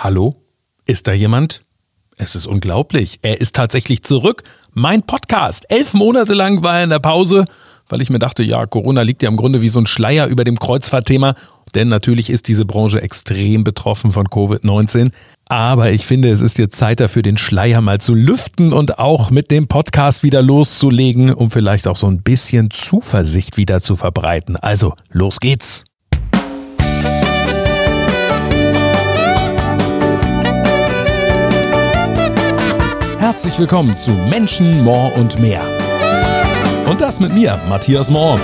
Hallo? Ist da jemand? Es ist unglaublich. Er ist tatsächlich zurück. Mein Podcast. 11 Monate lang war er in der Pause, weil ich mir dachte, ja, Corona liegt ja im Grunde wie so ein Schleier über dem Kreuzfahrtthema. Denn natürlich ist diese Branche extrem betroffen von Covid-19. Aber ich finde, es ist jetzt Zeit dafür, den Schleier mal zu lüften und auch mit dem Podcast wieder loszulegen, um vielleicht auch so ein bisschen Zuversicht wieder zu verbreiten. Also, los geht's. Herzlich willkommen zu Menschen, More und Mehr. Und das mit mir, Matthias Mohr.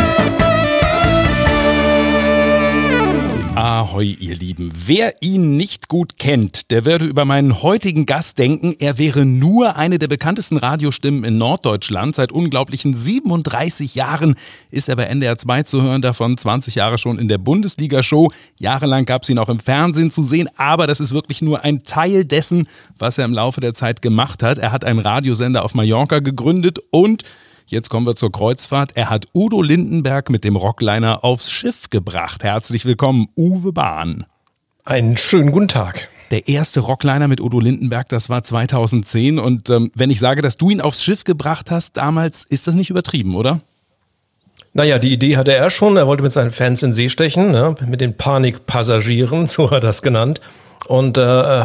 Ahoi, ihr Lieben. Wer ihn nicht gut kennt, der würde über meinen heutigen Gast denken, er wäre nur eine der bekanntesten Radiostimmen in Norddeutschland. Seit unglaublichen 37 Jahren ist er bei NDR 2 zu hören, davon 20 Jahre schon in der Bundesliga-Show. Jahrelang gab es ihn auch im Fernsehen zu sehen, aber das ist wirklich nur ein Teil dessen, was er im Laufe der Zeit gemacht hat. Er hat einen Radiosender auf Mallorca gegründet und jetzt kommen wir zur Kreuzfahrt. Er hat Udo Lindenberg mit dem Rockliner aufs Schiff gebracht. Herzlich willkommen, Uwe Bahn. Einen schönen guten Tag. Der erste Rockliner mit Udo Lindenberg, das war 2010. Und wenn ich sage, dass du ihn aufs Schiff gebracht hast damals, ist das nicht übertrieben, oder? Naja, die Idee hatte er schon. Er wollte mit seinen Fans in See stechen, ne? Mit den Panikpassagieren, so hat er das genannt. Und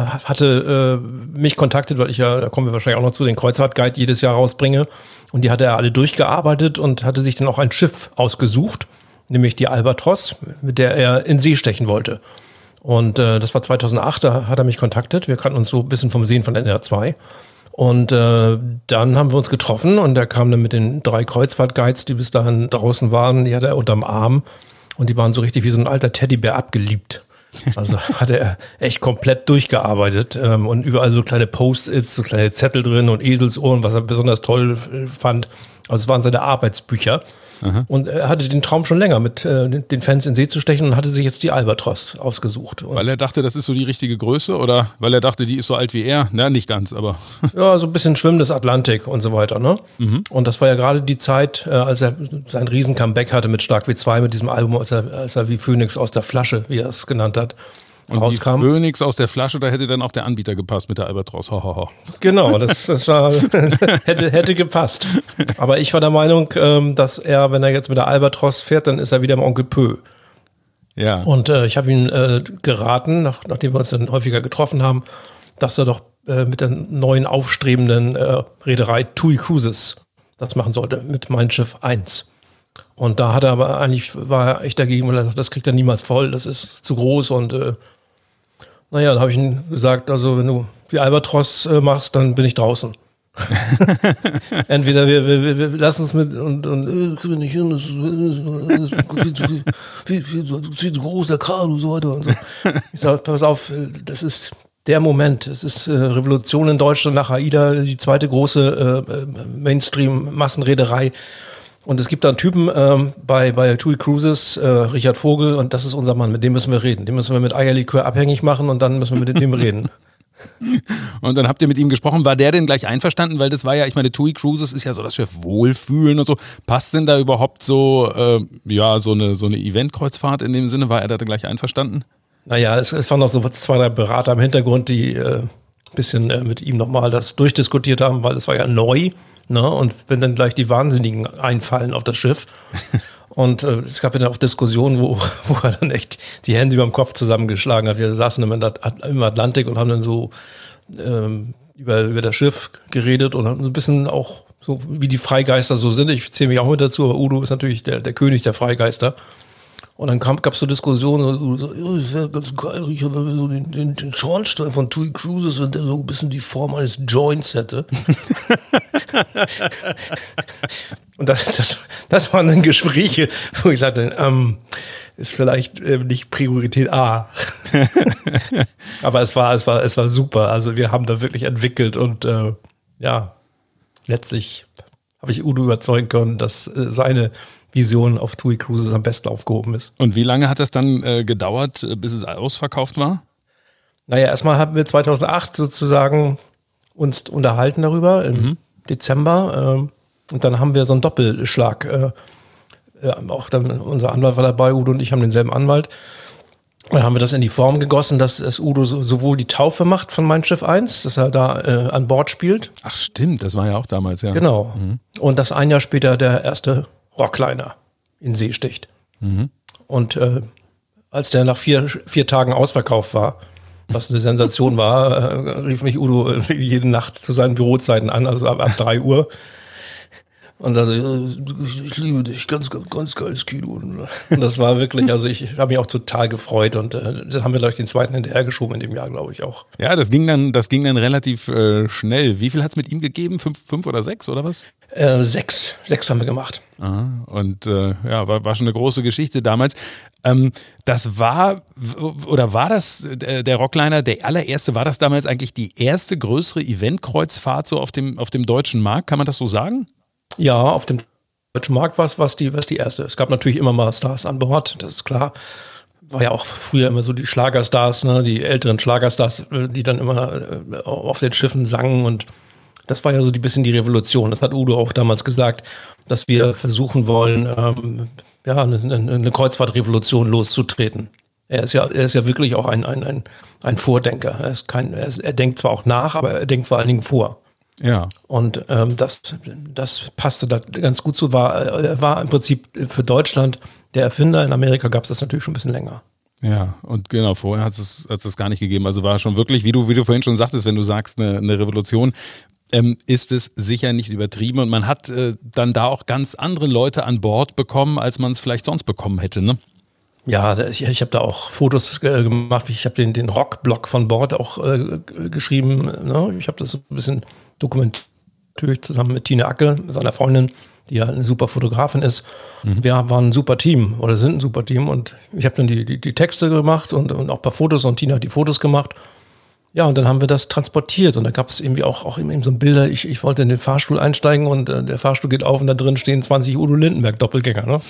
hatte mich kontaktet, weil ich ja, da kommen wir wahrscheinlich auch noch zu, den Kreuzfahrt-Guide jedes Jahr rausbringe. Und die hatte er alle durchgearbeitet und hatte sich dann auch ein Schiff ausgesucht, nämlich die Albatros, mit der er in See stechen wollte. Und das war 2008, da hat er mich kontaktet. Wir kannten uns so ein bisschen vom Sehen von NDR 2. Und dann haben wir uns getroffen und er kam dann mit den 3 Kreuzfahrt-Guides, die bis dahin draußen waren, die hatte er unterm Arm. Und die waren so richtig wie so ein alter Teddybär abgeliebt. Also hat er echt komplett durchgearbeitet und überall so kleine Post-its, so kleine Zettel drin und Eselsohren, was er besonders toll fand. Also es waren seine Arbeitsbücher. Aha. Und er hatte den Traum schon länger, mit den Fans in See zu stechen und hatte sich jetzt die Albatros ausgesucht. Und weil er dachte, das ist so die richtige Größe oder weil er dachte, die ist so alt wie er? Na, nicht ganz, aber... Ja, so ein bisschen schwimmendes Atlantik und so weiter, ne? Mhm. Und das war ja gerade die Zeit, als er sein Riesen-Comeback hatte mit Stark W2, mit diesem Album, als er wie Phönix aus der Flasche, wie er es genannt hat, und rauskam. Wie Phönix aus der Flasche, da hätte dann auch der Anbieter gepasst mit der Albatros. Ho, ho, ho. Genau, das war hätte gepasst. Aber ich war der Meinung, dass er, wenn er jetzt mit der Albatros fährt, dann ist er wieder im Onkel Pö. Ja. Und ich habe ihn geraten, nachdem wir uns dann häufiger getroffen haben, dass er doch mit der neuen aufstrebenden Reederei TUI Cruises das machen sollte, mit Mein Schiff 1. Und da hat er aber war er echt dagegen, weil er sagt, das kriegt er niemals voll, das ist zu groß und naja, dann habe ich ihm gesagt, also wenn du die Albatros machst, dann bin ich draußen. Entweder wir lassen uns mit und kriegen nicht hin, das ist viel zu groß, der Kran und so weiter und so. Ich sage, pass auf, das ist der Moment. Es ist Revolution in Deutschland nach AIDA, die zweite große Mainstream-Massenreederei. Und es gibt da einen Typen bei TUI Cruises, Richard Vogel, und das ist unser Mann, mit dem müssen wir reden. Den müssen wir mit Eierlikör abhängig machen und dann müssen wir mit dem reden. Und dann habt ihr mit ihm gesprochen. War der denn gleich einverstanden? Weil das war ja, ich meine, TUI Cruises ist ja so das Schiff Wohlfühlen und so. Passt denn da überhaupt so, so eine Eventkreuzfahrt in dem Sinne? War er da gleich einverstanden? Naja, es waren noch so 2, 3 Berater im Hintergrund, die ein bisschen mit ihm nochmal das durchdiskutiert haben, weil es war ja neu. Ne? Und wenn dann gleich die Wahnsinnigen einfallen auf das Schiff. Und es gab ja dann auch Diskussionen, wo er dann echt die Hände über dem Kopf zusammengeschlagen hat. Wir saßen im Atlantik und haben dann so über das Schiff geredet und haben so ein bisschen auch so, wie die Freigeister so sind. Ich zähle mich auch mit dazu, aber Udo ist natürlich der König der Freigeister. Und dann gab es so Diskussionen, so, ja, das wäre ganz geil, Richard, wenn wir so den Schornstein von TUI Cruises, wenn der so ein bisschen die Form eines Joints hätte. Und das waren dann Gespräche, wo ich sagte, ist vielleicht nicht Priorität A. Aber es war super. Also wir haben da wirklich entwickelt und letztlich habe ich Udo überzeugen können, dass seine Vision auf TUI Cruises am besten aufgehoben ist. Und wie lange hat das dann gedauert, bis es ausverkauft war? Naja, erstmal haben wir 2008 sozusagen uns unterhalten darüber im Dezember und dann haben wir so einen Doppelschlag. Auch dann unser Anwalt war dabei, Udo und ich haben denselben Anwalt. Dann haben wir das in die Form gegossen, dass Udo sowohl die Taufe macht von Mein Schiff 1, dass er da an Bord spielt. Ach stimmt, das war ja auch damals, ja. Genau. Und dass ein Jahr später der erste Rockliner in See sticht. Und als der nach vier Tagen ausverkauft war, was eine Sensation war, rief mich Udo jede Nacht zu seinen Bürozeiten an, also ab 3 Uhr. Und dann, ich liebe dich, ganz, ganz, ganz geiles Kino. Und das war wirklich, also ich habe mich auch total gefreut und dann haben wir, glaube ich, den zweiten hinterhergeschoben in dem Jahr, glaube ich auch. Ja, das ging dann relativ schnell. Wie viel hat es mit ihm gegeben? 5 oder 6 oder was? 6 haben wir gemacht. Aha. Und war schon eine große Geschichte damals. Das war das der Rockliner, der allererste, war das damals eigentlich die erste größere Eventkreuzfahrt so auf dem deutschen Markt? Kann man das so sagen? Ja, auf dem deutschen Markt war es die erste. Es gab natürlich immer mal Stars an Bord, das ist klar. War ja auch früher immer so die Schlagerstars, ne, die älteren Schlagerstars, die dann immer auf den Schiffen sangen und das war ja so ein bisschen die Revolution. Das hat Udo auch damals gesagt, dass wir versuchen wollen, eine Kreuzfahrtrevolution loszutreten. Er ist ja wirklich auch ein Vordenker. Er denkt zwar auch nach, aber er denkt vor allen Dingen vor. Ja. Und das passte da ganz gut zu. Er war im Prinzip für Deutschland der Erfinder. In Amerika gab es das natürlich schon ein bisschen länger. Ja, und genau, vorher hat es gar nicht gegeben. Also war schon wirklich, wie du vorhin schon sagtest, wenn du sagst, eine Revolution, ist es sicher nicht übertrieben. Und man hat dann da auch ganz andere Leute an Bord bekommen, als man es vielleicht sonst bekommen hätte, ne? Ja, ich habe da auch Fotos gemacht. Ich habe den Rock-Blog von Bord auch geschrieben. Ne? Ich habe das so ein bisschen dokumentiert zusammen mit Tine Acke, seiner Freundin, die ja eine super Fotografin ist. Wir waren ein super Team oder sind ein super Team und ich habe dann die Texte gemacht und auch ein paar Fotos und Tine hat die Fotos gemacht. Ja, und dann haben wir das transportiert und da gab es irgendwie auch eben so Bilder, ich wollte in den Fahrstuhl einsteigen und der Fahrstuhl geht auf und da drin stehen 20 Udo Lindenberg Doppelgänger, ne?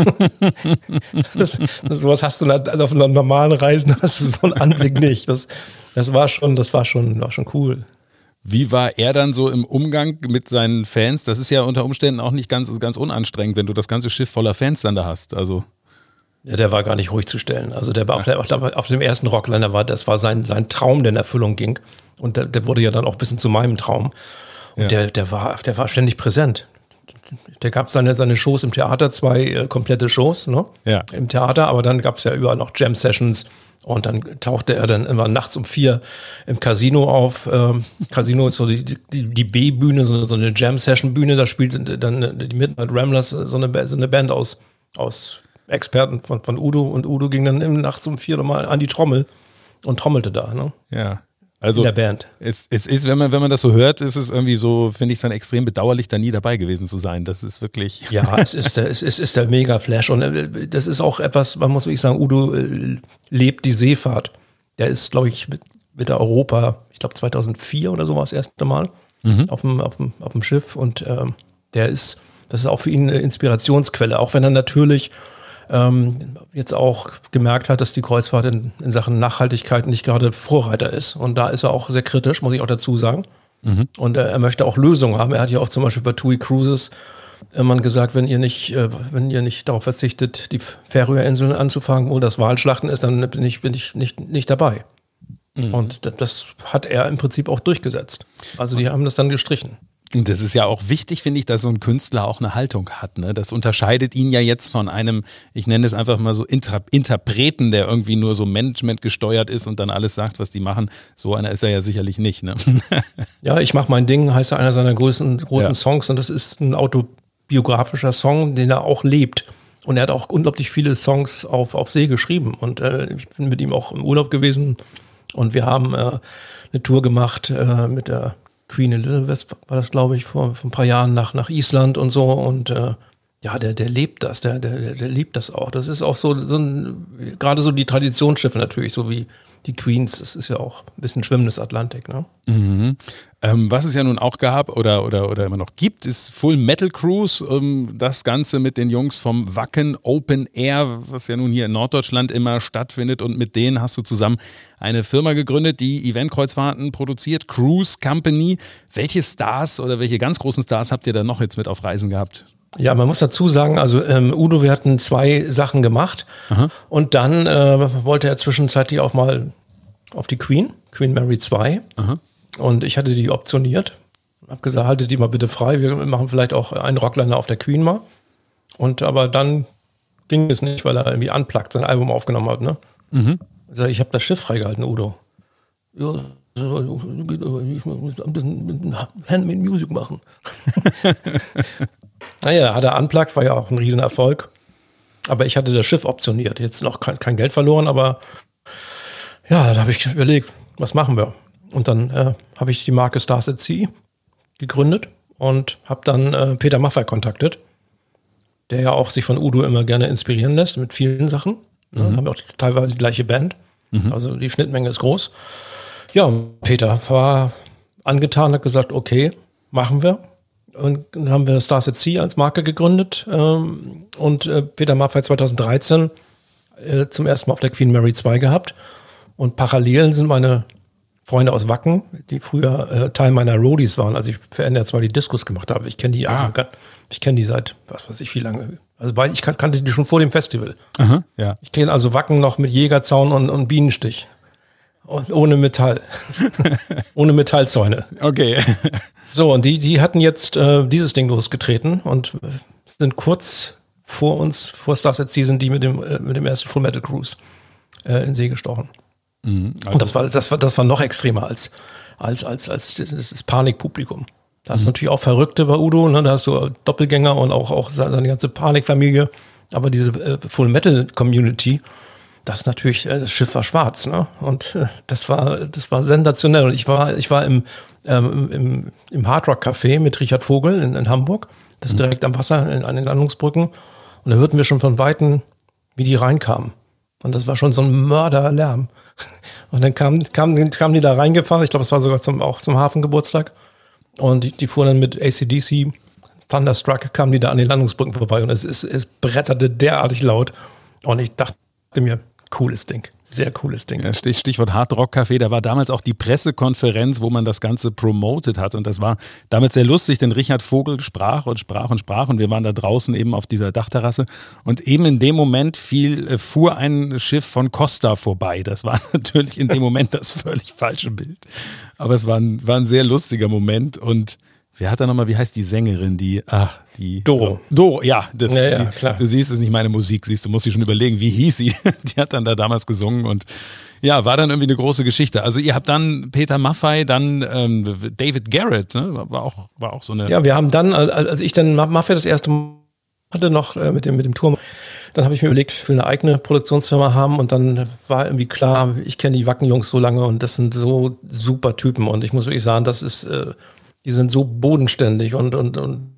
Sowas hast du auf einer normalen Reisen, hast du so einen Anblick nicht. Das war schon cool. Wie war er dann so im Umgang mit seinen Fans? Das ist ja unter Umständen auch nicht ganz unanstrengend, wenn du das ganze Schiff voller Fans dann da hast. Also ja, der war gar nicht ruhig zu stellen. Also der war auf dem ersten Rockliner das war sein Traum, der in Erfüllung ging. Und der wurde ja dann auch ein bisschen zu meinem Traum. Und der war ständig präsent. Der gab seine Shows im Theater, 2 komplette Shows, ne? Ja. Im Theater, aber dann gab es ja überall noch Jam-Sessions. Und dann tauchte er dann immer nachts um 4 im Casino auf. Casino ist so die B-Bühne, so eine Jam-Session-Bühne. Da spielt dann die Midnight Ramblers, so eine Band aus Experten von Udo. Und Udo ging dann nachts um 4 nochmal an die Trommel und trommelte da. Ne? Ja. Also in der Band. Es ist, wenn man das so hört, ist es irgendwie so, finde ich es dann extrem bedauerlich, da nie dabei gewesen zu sein. Das ist wirklich. Ja, es ist der Mega-Flash. Und das ist auch etwas, man muss wirklich sagen, Udo lebt die Seefahrt. Der ist, glaube ich, mit der Europa, ich glaube 2004 oder so war das erste Mal, auf dem Schiff. Und das ist auch für ihn eine Inspirationsquelle. Auch wenn er natürlich jetzt auch gemerkt hat, dass die Kreuzfahrt in Sachen Nachhaltigkeit nicht gerade Vorreiter ist. Und da ist er auch sehr kritisch, muss ich auch dazu sagen. Und er möchte auch Lösungen haben. Er hat ja auch zum Beispiel bei TUI Cruises immer gesagt, wenn ihr nicht darauf verzichtet, die Färöerinseln anzufangen, wo das Walschlachten ist, dann bin ich nicht dabei. Und das hat er im Prinzip auch durchgesetzt. Also die haben das dann gestrichen. Und das ist ja auch wichtig, finde ich, dass so ein Künstler auch eine Haltung hat. Ne? Das unterscheidet ihn ja jetzt von einem, ich nenne es einfach mal so Interpreten, der irgendwie nur so Management gesteuert ist und dann alles sagt, was die machen. So einer ist er ja sicherlich nicht. Ne? Ja, ich mache mein Ding, heißt ja einer seiner großen Songs und das ist ein autobiografischer Song, den er auch lebt. Und er hat auch unglaublich viele Songs auf See geschrieben und ich bin mit ihm auch im Urlaub gewesen und wir haben eine Tour gemacht mit der Queen Elizabeth war das, glaube ich, vor ein paar Jahren nach Island und so und der lebt das, der liebt das auch. Das ist auch so gerade so die Traditionsschiffe natürlich, so wie die Queens, das ist ja auch ein bisschen schwimmendes Atlantik, ne? Mhm. Was es ja nun auch gab oder immer noch gibt, ist Full Metal Cruise. Das Ganze mit den Jungs vom Wacken Open Air, was ja nun hier in Norddeutschland immer stattfindet. Und mit denen hast du zusammen eine Firma gegründet, die Eventkreuzfahrten produziert, Cruise Company. Welche Stars oder welche ganz großen Stars habt ihr da noch jetzt mit auf Reisen gehabt? Ja, man muss dazu sagen, also Udo, wir hatten 2 Sachen gemacht. Aha. Und dann wollte er zwischenzeitlich auch mal auf die Queen Mary 2. Aha. Und ich hatte die optioniert. Hab gesagt, haltet die mal bitte frei. Wir machen vielleicht auch einen Rockliner auf der Queen mal. Aber dann ging es nicht, weil er irgendwie Unplugged sein Album aufgenommen hat. Ne? Mhm. Also ich habe das Schiff freigehalten, Udo. Ja, ich muss ein bisschen Handmade Music machen. Naja, hat er Unplugged, war ja auch ein Riesenerfolg. Aber ich hatte das Schiff optioniert. Jetzt noch kein Geld verloren, aber ja, da habe ich überlegt, was machen wir? Und dann habe ich die Marke Stars at Sea gegründet und habe dann Peter Maffay kontaktiert, der ja auch sich von Udo immer gerne inspirieren lässt mit vielen Sachen. Ne? Haben auch teilweise die gleiche Band. Also die Schnittmenge ist groß. Ja, und Peter war angetan, hat gesagt, okay, machen wir. Und dann haben wir Stars at Sea als Marke gegründet. Und Peter Maffay 2013 zum ersten Mal auf der Queen Mary 2 gehabt. Und parallel sind meine Freunde aus Wacken, die früher Teil meiner Roadies waren, als ich für NDR 2 die Discos gemacht habe. Ich kenne die, ich kenne die seit, was weiß ich, wie lange. Also weil ich kannte die schon vor dem Festival. Aha, ja. Ich kenne also Wacken noch mit Jägerzaun und Bienenstich. Und ohne Metall. Ohne Metallzäune. Okay. So, und die hatten jetzt dieses Ding losgetreten und sind kurz vor uns, vor Stars at Sea, sind die mit dem ersten Full Metal Cruise in See gestochen. Und das war noch extremer als das Panikpublikum. Da hast du natürlich auch Verrückte bei Udo, ne? Da hast du Doppelgänger und auch seine ganze Panikfamilie. Aber diese Full Metal Community, das ist natürlich, das Schiff war schwarz, ne? Und das war sensationell. Und ich war im Hard Rock Café mit Richard Vogel in Hamburg. Das ist direkt am Wasser an den Landungsbrücken. Und da hörten wir schon von Weitem, wie die reinkamen. Und das war schon so ein Mörderlärm. Und dann kamen die da reingefahren. Ich glaube, es war sogar auch zum Hafengeburtstag. Und die fuhren dann mit AC/DC, Thunderstruck, kamen die da an den Landungsbrücken vorbei. Und es bretterte derartig laut. Und ich dachte mir, cooles Ding. Sehr cooles Ding. Ja, Stichwort Hard Rock Café, da war damals auch die Pressekonferenz, wo man das Ganze promotet hat. Und das war damals sehr lustig, denn Richard Vogel sprach und wir waren da draußen eben auf dieser Dachterrasse. Und eben in dem Moment fuhr ein Schiff von Costa vorbei. Das war natürlich in dem Moment das völlig falsche Bild. Aber es war ein sehr lustiger Moment. Und wer hat da nochmal, wie heißt die Sängerin, die Doro. Doro, ja. Klar. Du siehst, es ist nicht meine Musik, du musst dich schon überlegen, wie hieß sie? Die hat dann da damals gesungen und ja, war dann irgendwie eine große Geschichte. Also ihr habt dann Peter Maffay, dann David Garrett, ne? War auch so eine... Ja, wir haben dann, als ich dann Maffay das erste Mal hatte, noch mit dem Tour, dann habe ich mir überlegt, ich will eine eigene Produktionsfirma haben und dann war irgendwie klar, ich kenne die Wacken-Jungs so lange und das sind so super Typen und ich muss wirklich sagen, das ist... Die sind so bodenständig und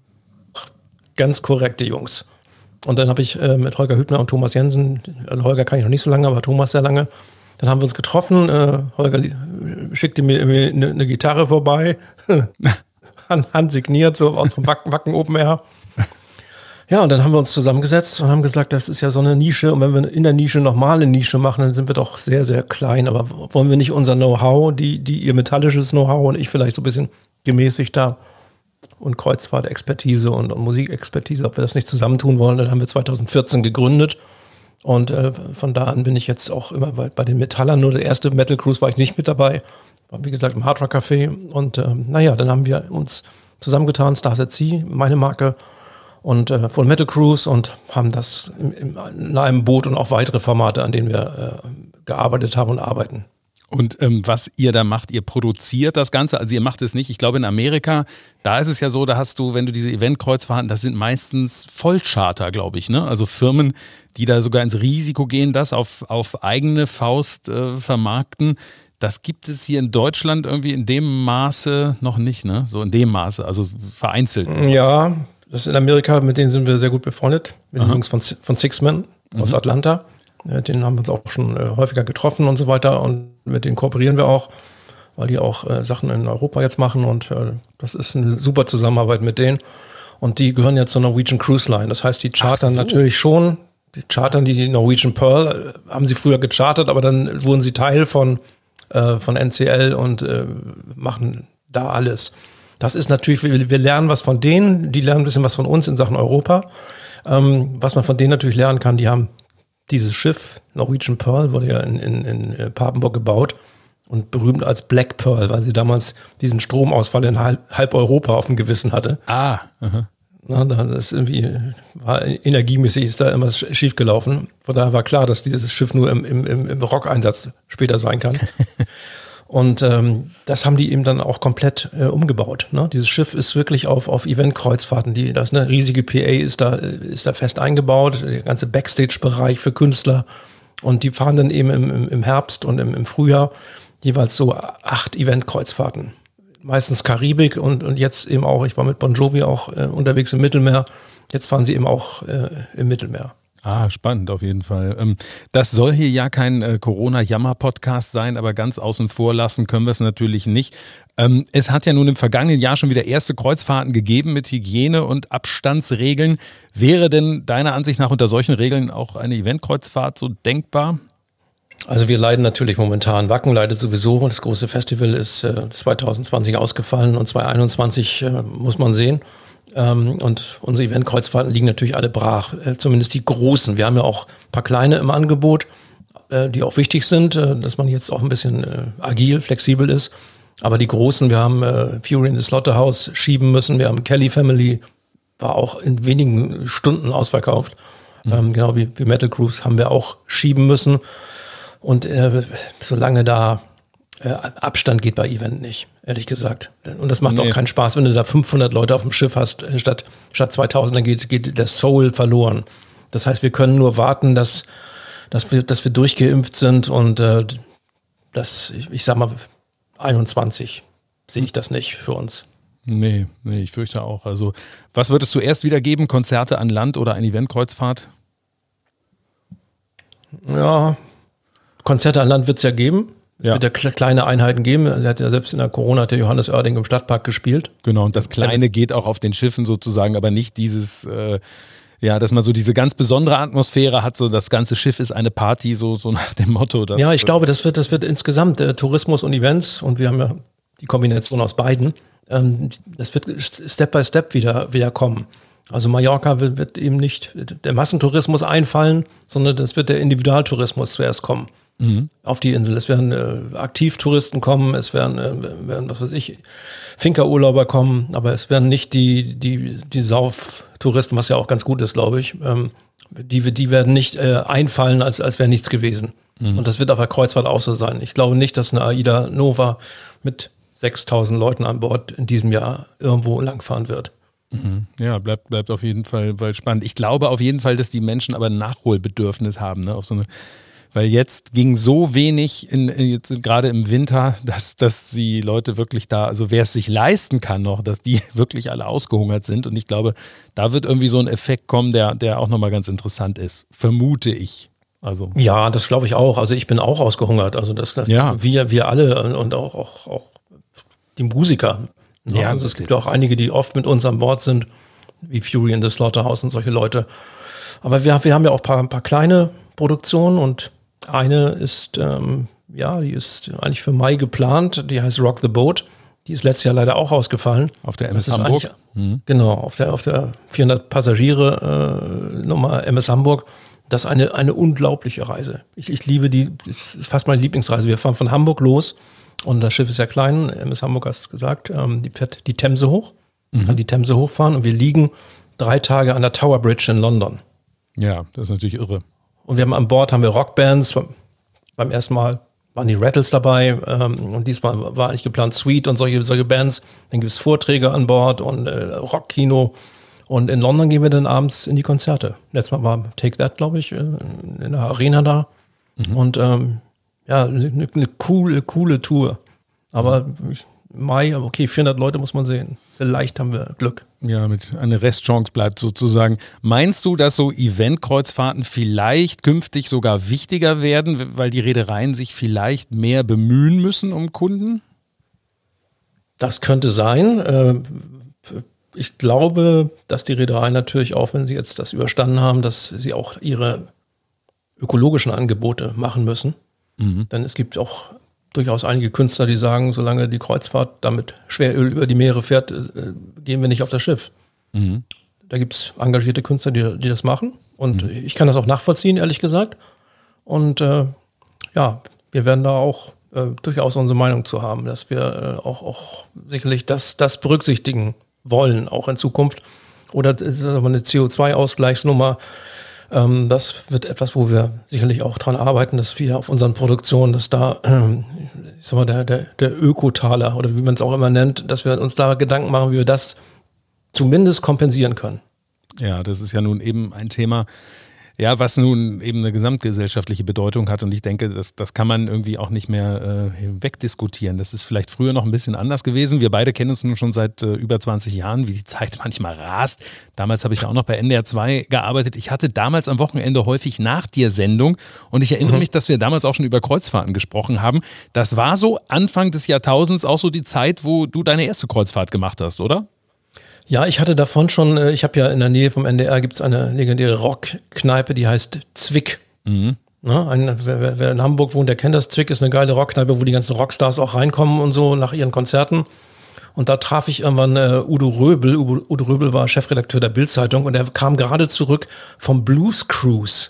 ganz korrekte Jungs. Und dann habe ich mit Holger Hübner und Thomas Jensen, also Holger kann ich noch nicht so lange, aber Thomas sehr lange, dann haben wir uns getroffen. Holger schickte mir eine Gitarre vorbei, handsigniert, so aus vom Wacken Open Air. Ja, und dann haben wir uns zusammengesetzt und haben gesagt, das ist ja so eine Nische. Und wenn wir in der Nische nochmal eine Nische machen, dann sind wir doch sehr, sehr klein. Aber wollen wir nicht unser Know-how, die ihr metallisches Know-how und ich vielleicht so ein bisschen gemäßigter und Kreuzfahrt-Expertise und Musikexpertise, ob wir das nicht zusammentun wollen, dann haben wir 2014 gegründet und von da an bin ich jetzt auch immer bei den Metallern, nur der erste Metal Cruise war ich nicht mit dabei, war wie gesagt im Hard Rock Café und dann haben wir uns zusammengetan, Stars at Sea, meine Marke und Full Metal Cruise und haben das in einem Boot und auch weitere Formate, an denen wir gearbeitet haben und arbeiten. Und was ihr da macht, ihr produziert das Ganze, also ihr macht es nicht, ich glaube in Amerika, da ist es ja so, da hast du, wenn du diese Eventkreuzfahrten, das sind meistens Vollcharter, glaube ich, ne? Also Firmen, die da sogar ins Risiko gehen, das auf eigene Faust vermarkten. Das gibt es hier in Deutschland irgendwie in dem Maße noch nicht, ne? So in dem Maße, also vereinzelt. Ja, das ist in Amerika, mit denen sind wir sehr gut befreundet, mit den Jungs von Sixman aus Atlanta. Den haben wir uns auch schon häufiger getroffen und so weiter und mit denen kooperieren wir auch, weil die auch Sachen in Europa jetzt machen und das ist eine super Zusammenarbeit mit denen und die gehören jetzt zur Norwegian Cruise Line, das heißt, die chartern natürlich schon, die Norwegian Pearl, haben sie früher gechartert, aber dann wurden sie Teil von NCL und machen da alles. Das ist natürlich, wir lernen was von denen, die lernen ein bisschen was von uns in Sachen Europa. Was man von denen natürlich lernen kann, die haben dieses Schiff, Norwegian Pearl, wurde ja in Papenburg gebaut und berühmt als Black Pearl, weil sie damals diesen Stromausfall in halb Europa auf dem Gewissen hatte. Aha. Na, das war energiemäßig ist da immer schief gelaufen. Von daher war klar, dass dieses Schiff nur im Rock-Einsatz später sein kann. Und das haben die eben dann auch komplett umgebaut. Ne? Dieses Schiff ist wirklich auf Event-Kreuzfahrten. Da ist eine riesige PA, ist da fest eingebaut, der ganze Backstage-Bereich für Künstler. Und die fahren dann eben im Herbst und im Frühjahr jeweils so 8 Event-Kreuzfahrten. Meistens Karibik und jetzt eben auch, ich war mit Bon Jovi auch unterwegs im Mittelmeer. Jetzt fahren sie eben auch im Mittelmeer. Ah, spannend auf jeden Fall. Das soll hier ja kein Corona-Jammer-Podcast sein, aber ganz außen vor lassen können wir es natürlich nicht. Es hat ja nun im vergangenen Jahr schon wieder erste Kreuzfahrten gegeben mit Hygiene- und Abstandsregeln. Wäre denn deiner Ansicht nach unter solchen Regeln auch eine Eventkreuzfahrt so denkbar? Also wir leiden natürlich momentan. Wacken leidet sowieso. Das große Festival ist 2020 ausgefallen und 2021 muss man sehen. Und unsere Eventkreuzfahrten liegen natürlich alle brach, zumindest die großen. Wir haben ja auch ein paar kleine im Angebot, die auch wichtig sind, dass man jetzt auch ein bisschen agil, flexibel ist. Aber die großen, wir haben Fury in the Slaughterhouse schieben müssen, wir haben Kelly Family, war auch in wenigen Stunden ausverkauft. Genau wie Metal Cruise haben wir auch schieben müssen. Und solange da Abstand geht bei Event nicht, ehrlich gesagt. Und das macht auch keinen Spaß, wenn du da 500 Leute auf dem Schiff hast, statt 2000, dann geht der Soul verloren. Das heißt, wir können nur warten, dass wir durchgeimpft sind und ich sag mal, 21 sehe ich das nicht für uns. Nee, ich fürchte auch. Also, was wird es zuerst wieder geben? Konzerte an Land oder eine Eventkreuzfahrt? Ja, Konzerte an Land wird es ja geben. Es wird ja kleine Einheiten geben. Er hat ja selbst in der Corona hat der Johannes Oerding im Stadtpark gespielt. Genau, und das Kleine geht auch auf den Schiffen sozusagen, aber nicht dieses, dass man so diese ganz besondere Atmosphäre hat, so das ganze Schiff ist eine Party, so nach dem Motto. Ja, ich glaube, das wird insgesamt Tourismus und Events, und wir haben ja die Kombination aus beiden, das wird Step by Step wieder kommen. Also Mallorca wird eben nicht der Massentourismus einfallen, sondern das wird der Individualtourismus zuerst kommen. Auf die Insel. Es werden Aktivtouristen kommen, es werden was weiß ich, Finca-Urlauber kommen, aber es werden nicht die Sauftouristen, was ja auch ganz gut ist, glaube ich. Die werden nicht einfallen, als wäre nichts gewesen. Und das wird auf der Kreuzfahrt auch so sein. Ich glaube nicht, dass eine AIDA Nova mit 6.000 Leuten an Bord in diesem Jahr irgendwo langfahren wird. Ja, bleibt auf jeden Fall spannend. Ich glaube auf jeden Fall, dass die Menschen aber ein Nachholbedürfnis haben, ne, auf so eine. Weil jetzt ging so wenig, jetzt gerade im Winter, dass die Leute wirklich da, also wer es sich leisten kann noch, dass die wirklich alle ausgehungert sind. Und ich glaube, da wird irgendwie so ein Effekt kommen, der auch nochmal ganz interessant ist, vermute ich. Also. Ja, das glaube ich auch. Also ich bin auch ausgehungert. Also wir alle und auch die Musiker. Ja, also es gibt auch einige, die oft mit uns an Bord sind, wie Fury in the Slaughterhouse und solche Leute. Aber wir haben ja auch ein paar kleine Produktionen, und eine ist, die ist eigentlich für Mai geplant, die heißt Rock the Boat. Die ist letztes Jahr leider auch ausgefallen. Auf der MS Hamburg? Genau, auf der 400 Passagiere Nummer MS Hamburg. Das ist eine unglaubliche Reise. Ich liebe die, das ist fast meine Lieblingsreise. Wir fahren von Hamburg los und das Schiff ist ja klein, MS Hamburg hast du gesagt, die fährt die Themse hoch, kann die Themse hochfahren, und wir liegen 3 Tage an der Tower Bridge in London. Ja, das ist natürlich irre. Und wir haben an Bord Rockbands. Beim ersten Mal waren die Rattles dabei, und diesmal war eigentlich geplant Sweet und solche Bands. Dann gibt es Vorträge an Bord und Rockkino. Und in London gehen wir dann abends in die Konzerte. Letztes Mal war Take That, glaube ich, in der Arena da. Und eine coole Tour. Aber Mai, okay, 400 Leute muss man sehen. Vielleicht haben wir Glück. Ja, mit einer Restchance bleibt sozusagen. Meinst du, dass so Eventkreuzfahrten vielleicht künftig sogar wichtiger werden, weil die Reedereien sich vielleicht mehr bemühen müssen um Kunden? Das könnte sein. Ich glaube, dass die Reedereien natürlich auch, wenn sie jetzt das überstanden haben, dass sie auch ihre ökologischen Angebote machen müssen. Denn es gibt auch durchaus einige Künstler, die sagen, solange die Kreuzfahrt damit Schweröl über die Meere fährt, gehen wir nicht auf das Schiff. Mhm. Da gibt es engagierte Künstler, die das machen. Und ich kann das auch nachvollziehen, ehrlich gesagt. Und wir werden da auch durchaus unsere Meinung zu haben, dass wir auch sicherlich das berücksichtigen wollen, auch in Zukunft. Oder eine CO2-Ausgleichsnummer. Das wird etwas, wo wir sicherlich auch dran arbeiten, dass wir auf unseren Produktionen, dass da der Ökotaler oder wie man es auch immer nennt, dass wir uns da Gedanken machen, wie wir das zumindest kompensieren können. Ja, das ist ja nun eben ein Thema, ja, was nun eben eine gesamtgesellschaftliche Bedeutung hat und ich denke, das kann man irgendwie auch nicht mehr wegdiskutieren. Das ist vielleicht früher noch ein bisschen anders gewesen. Wir beide kennen uns nun schon seit über 20 Jahren, wie die Zeit manchmal rast. Damals habe ich ja auch noch bei NDR 2 gearbeitet. Ich hatte damals am Wochenende häufig nach dir Sendung und ich erinnere mich, dass wir damals auch schon über Kreuzfahrten gesprochen haben. Das war so Anfang des Jahrtausends auch so die Zeit, wo du deine erste Kreuzfahrt gemacht hast, oder? Ja, ich hatte davon schon, ich habe ja in der Nähe vom NDR gibt's eine legendäre Rockkneipe, die heißt Zwick. Mhm. Wer in Hamburg wohnt, der kennt das. Zwick ist eine geile Rockkneipe, wo die ganzen Rockstars auch reinkommen und so nach ihren Konzerten. Und da traf ich irgendwann Udo Röbel. Udo Röbel war Chefredakteur der Bild-Zeitung und er kam gerade zurück vom Blues Cruise.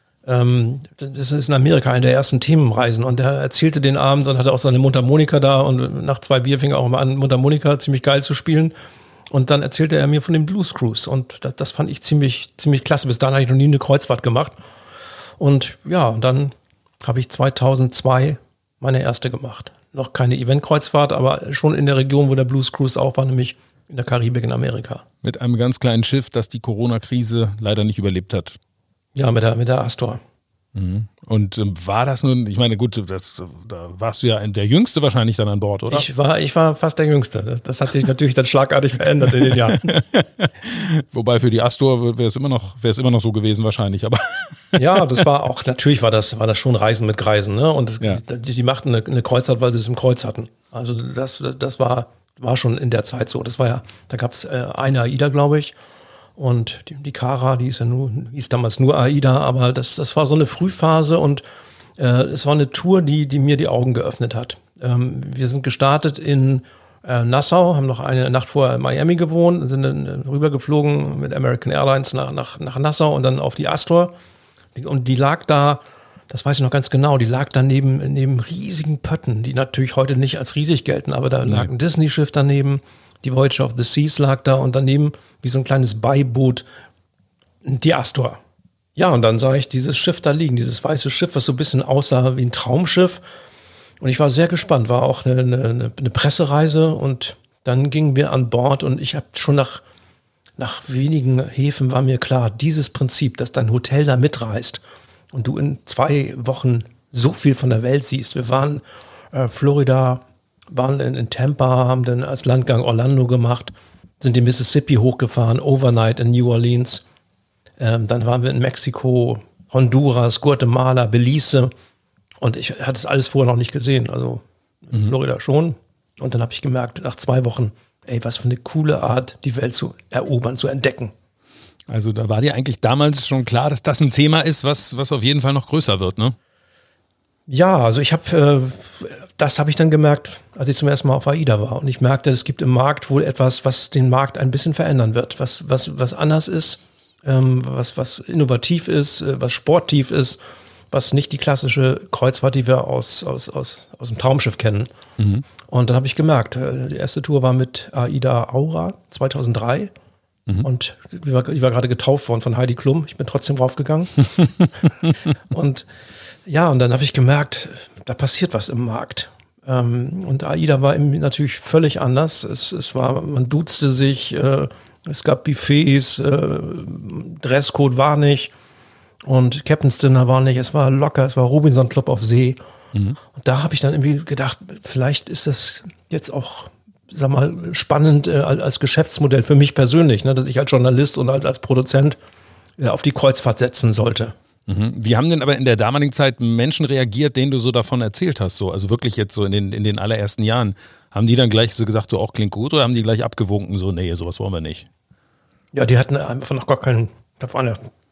Das ist in Amerika eine der ersten Themenreisen und er erzählte den Abend und hatte auch seine Mundharmonika da und nach 2 Bier fing er auch mal an, Mundharmonika ziemlich geil zu spielen. Und dann erzählte er mir von dem Blues Cruise und das fand ich ziemlich klasse. Bis dahin habe ich noch nie eine Kreuzfahrt gemacht. Und ja, und dann habe ich 2002 meine erste gemacht. Noch keine Event-Kreuzfahrt, aber schon in der Region, wo der Blues Cruise auch war, nämlich in der Karibik in Amerika. Mit einem ganz kleinen Schiff, das die Corona-Krise leider nicht überlebt hat. Ja, mit der Astor. Mhm. Und war das nun, ich meine, gut, da warst du ja der Jüngste wahrscheinlich dann an Bord, oder? Ich war fast der Jüngste. Das hat sich natürlich dann schlagartig verändert in den Jahren. Wobei für die Astor wäre es immer noch so gewesen wahrscheinlich, aber. Ja, natürlich war das schon Reisen mit Greisen, ne? Und ja. Die machten eine Kreuzfahrt, weil sie es im Kreuz hatten. Also das war schon in der Zeit so. Da gab es eine AIDA, glaube ich. Und die Kara, die hieß damals nur AIDA, aber das war so eine Frühphase und es war eine Tour, die mir die Augen geöffnet hat. Wir sind gestartet in Nassau, haben noch eine Nacht vorher in Miami gewohnt, sind dann rübergeflogen mit American Airlines nach Nassau und dann auf die Astor. Und die lag da, das weiß ich noch ganz genau, die lag da neben riesigen Pötten, die natürlich heute nicht als riesig gelten, aber da lag ein Disney-Schiff daneben. Die Voyager of the Seas lag da und daneben wie so ein kleines Beiboot die Astor. Ja, und dann sah ich dieses Schiff da liegen, dieses weiße Schiff, was so ein bisschen aussah wie ein Traumschiff. Und ich war sehr gespannt, war auch eine Pressereise und dann gingen wir an Bord und ich habe schon nach wenigen Häfen war mir klar, dieses Prinzip, dass dein Hotel da mitreist und du in 2 Wochen so viel von der Welt siehst. Wir waren Florida, waren in Tampa, haben dann als Landgang Orlando gemacht, sind die Mississippi hochgefahren, overnight in New Orleans. Dann waren wir in Mexiko, Honduras, Guatemala, Belize. Und ich hatte es alles vorher noch nicht gesehen. Also in Florida schon. Und dann habe ich gemerkt, nach 2 Wochen, was für eine coole Art, die Welt zu erobern, zu entdecken. Also da war dir eigentlich damals schon klar, dass das ein Thema ist, was auf jeden Fall noch größer wird, ne? Ja, also das habe ich dann gemerkt, als ich zum ersten Mal auf AIDA war. Und ich merkte, es gibt im Markt wohl etwas, was den Markt ein bisschen verändern wird, was anders ist, was innovativ ist, was sportiv ist, was nicht die klassische Kreuzfahrt, die wir aus dem Traumschiff kennen. Mhm. Und dann habe ich gemerkt, die erste Tour war mit AIDA Aura 2003. Und die war gerade getauft worden von Heidi Klum. Ich bin trotzdem draufgegangen. Und dann habe ich gemerkt, da passiert was im Markt. Und AIDA war natürlich völlig anders. Man duzte sich, es gab Buffets, Dresscode war nicht und Captain's Dinner war nicht. Es war locker, es war Robinson Club auf See. Mhm. Und da habe ich dann irgendwie gedacht, vielleicht ist das jetzt auch, sag mal, spannend als Geschäftsmodell für mich persönlich, ne, dass ich als Journalist und als Produzent auf die Kreuzfahrt setzen sollte. Wie haben denn aber in der damaligen Zeit Menschen reagiert, denen du so davon erzählt hast? So? Also wirklich jetzt so in den allerersten Jahren. Haben die dann gleich so gesagt, so auch klingt gut, oder haben die gleich abgewunken, so nee, sowas wollen wir nicht? Ja, die hatten einfach noch gar keinen, da waren ja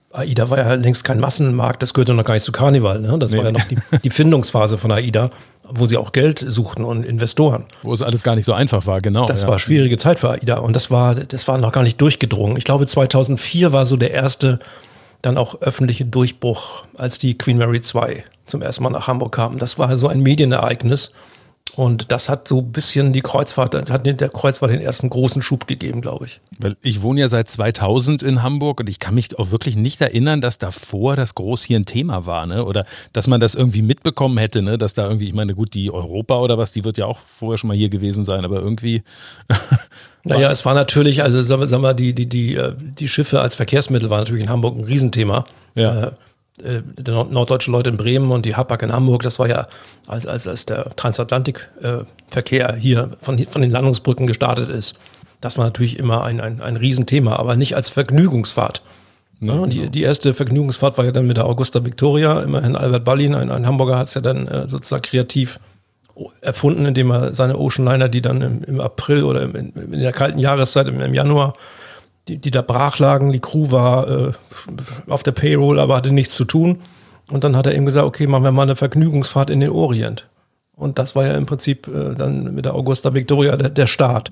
AIDA war ja längst kein Massenmarkt, das gehörte noch gar nicht zu Carnival. Ne? Das war ja noch die Findungsphase von AIDA, wo sie auch Geld suchten und Investoren. Wo es alles gar nicht so einfach war, genau. Das war schwierige Zeit für AIDA und das war noch gar nicht durchgedrungen. Ich glaube, 2004 war so der erste dann auch öffentliche Durchbruch, als die Queen Mary 2 zum ersten Mal nach Hamburg kam. Das war so ein Medienereignis. Und das hat so ein bisschen der Kreuzfahrt den ersten großen Schub gegeben, glaube ich. Weil ich wohne ja seit 2000 in Hamburg und ich kann mich auch wirklich nicht erinnern, dass davor das groß hier ein Thema war, ne? Oder dass man das irgendwie mitbekommen hätte, ne? Dass da irgendwie, ich meine, gut, die Europa oder was, die wird ja auch vorher schon mal hier gewesen sein, aber irgendwie. Naja, es war natürlich, also sagen wir, die Schiffe als Verkehrsmittel waren natürlich in Hamburg ein Riesenthema. Ja. Die norddeutsche Leute in Bremen und die Hapag in Hamburg, das war ja, als der Transatlantikverkehr hier von den Landungsbrücken gestartet ist, das war natürlich immer ein Riesenthema, aber nicht als Vergnügungsfahrt. Ja, und die erste Vergnügungsfahrt war ja dann mit der Augusta Victoria, immerhin Albert Ballin, ein Hamburger, hat es ja dann sozusagen kreativ erfunden, indem er seine Oceanliner, die dann im April oder in der kalten Jahreszeit, im Januar, die da brach lagen, die Crew war auf der Payroll, aber hatte nichts zu tun. Und dann hat er eben gesagt, okay, machen wir mal eine Vergnügungsfahrt in den Orient. Und das war ja im Prinzip dann mit der Augusta Victoria der Start.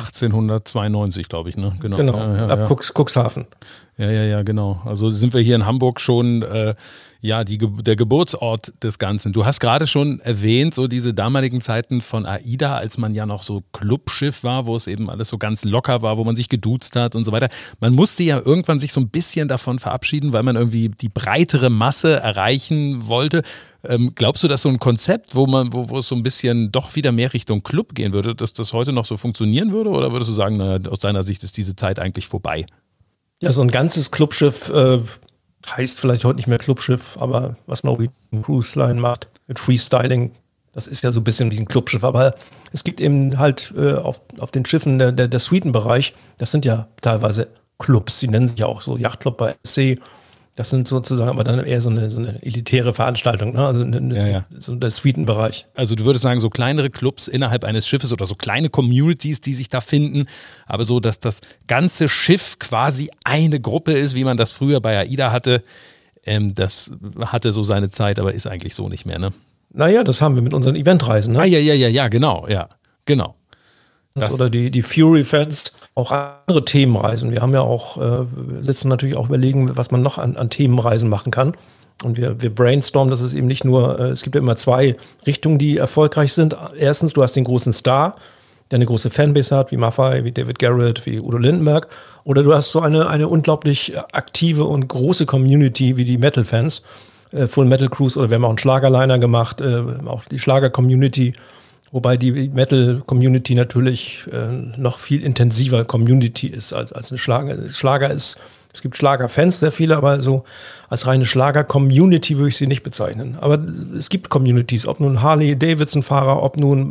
1892, glaube ich, ne? Genau, ja, ab Cuxhaven. Ja, genau. Also sind wir hier in Hamburg schon der Geburtsort des Ganzen. Du hast gerade schon erwähnt, so diese damaligen Zeiten von AIDA, als man ja noch so Clubschiff war, wo es eben alles so ganz locker war, wo man sich geduzt hat und so weiter. Man musste ja irgendwann sich so ein bisschen davon verabschieden, weil man irgendwie die breitere Masse erreichen wollte. Glaubst du, dass so ein Konzept, wo es so ein bisschen doch wieder mehr Richtung Club gehen würde, dass das heute noch so funktionieren würde? Oder würdest du sagen, aus deiner Sicht ist diese Zeit eigentlich vorbei? Ja, so ein ganzes Clubschiff heißt vielleicht heute nicht mehr Clubschiff, aber was Norwegian Cruise Line macht mit Freestyling, das ist ja so ein bisschen wie ein Clubschiff. Aber es gibt eben halt auf den Schiffen der Suitenbereich, das sind ja teilweise Clubs, die nennen sich ja auch so Yachtclub bei SC. Das sind sozusagen aber dann eher so eine elitäre Veranstaltung, ne? Also so der Suitenbereich. Also du würdest sagen, so kleinere Clubs innerhalb eines Schiffes oder so kleine Communities, die sich da finden, aber so, dass das ganze Schiff quasi eine Gruppe ist, wie man das früher bei AIDA hatte, das hatte so seine Zeit, aber ist eigentlich so nicht mehr, ne? Naja, das haben wir mit unseren Eventreisen, ne? Ja, genau. Oder die Fury-Fans, auch andere Themenreisen. Wir haben ja auch, sitzen natürlich auch überlegen, was man noch an Themenreisen machen kann. Und wir brainstormen, dass es eben nicht nur, es gibt ja immer zwei Richtungen, die erfolgreich sind. Erstens, du hast den großen Star, der eine große Fanbase hat, wie Maffay, wie David Garrett, wie Udo Lindenberg. Oder du hast so eine unglaublich aktive und große Community wie die Metal-Fans. Full Metal Cruise, oder wir haben auch einen Schlagerliner gemacht, auch die Schlager-Community. Wobei die Metal-Community natürlich noch viel intensiver Community ist als eine Schlager ist. Es gibt Schlager-Fans, sehr viele, aber so als reine Schlager-Community würde ich sie nicht bezeichnen. Aber es gibt Communities, ob nun Harley-Davidson-Fahrer, ob nun,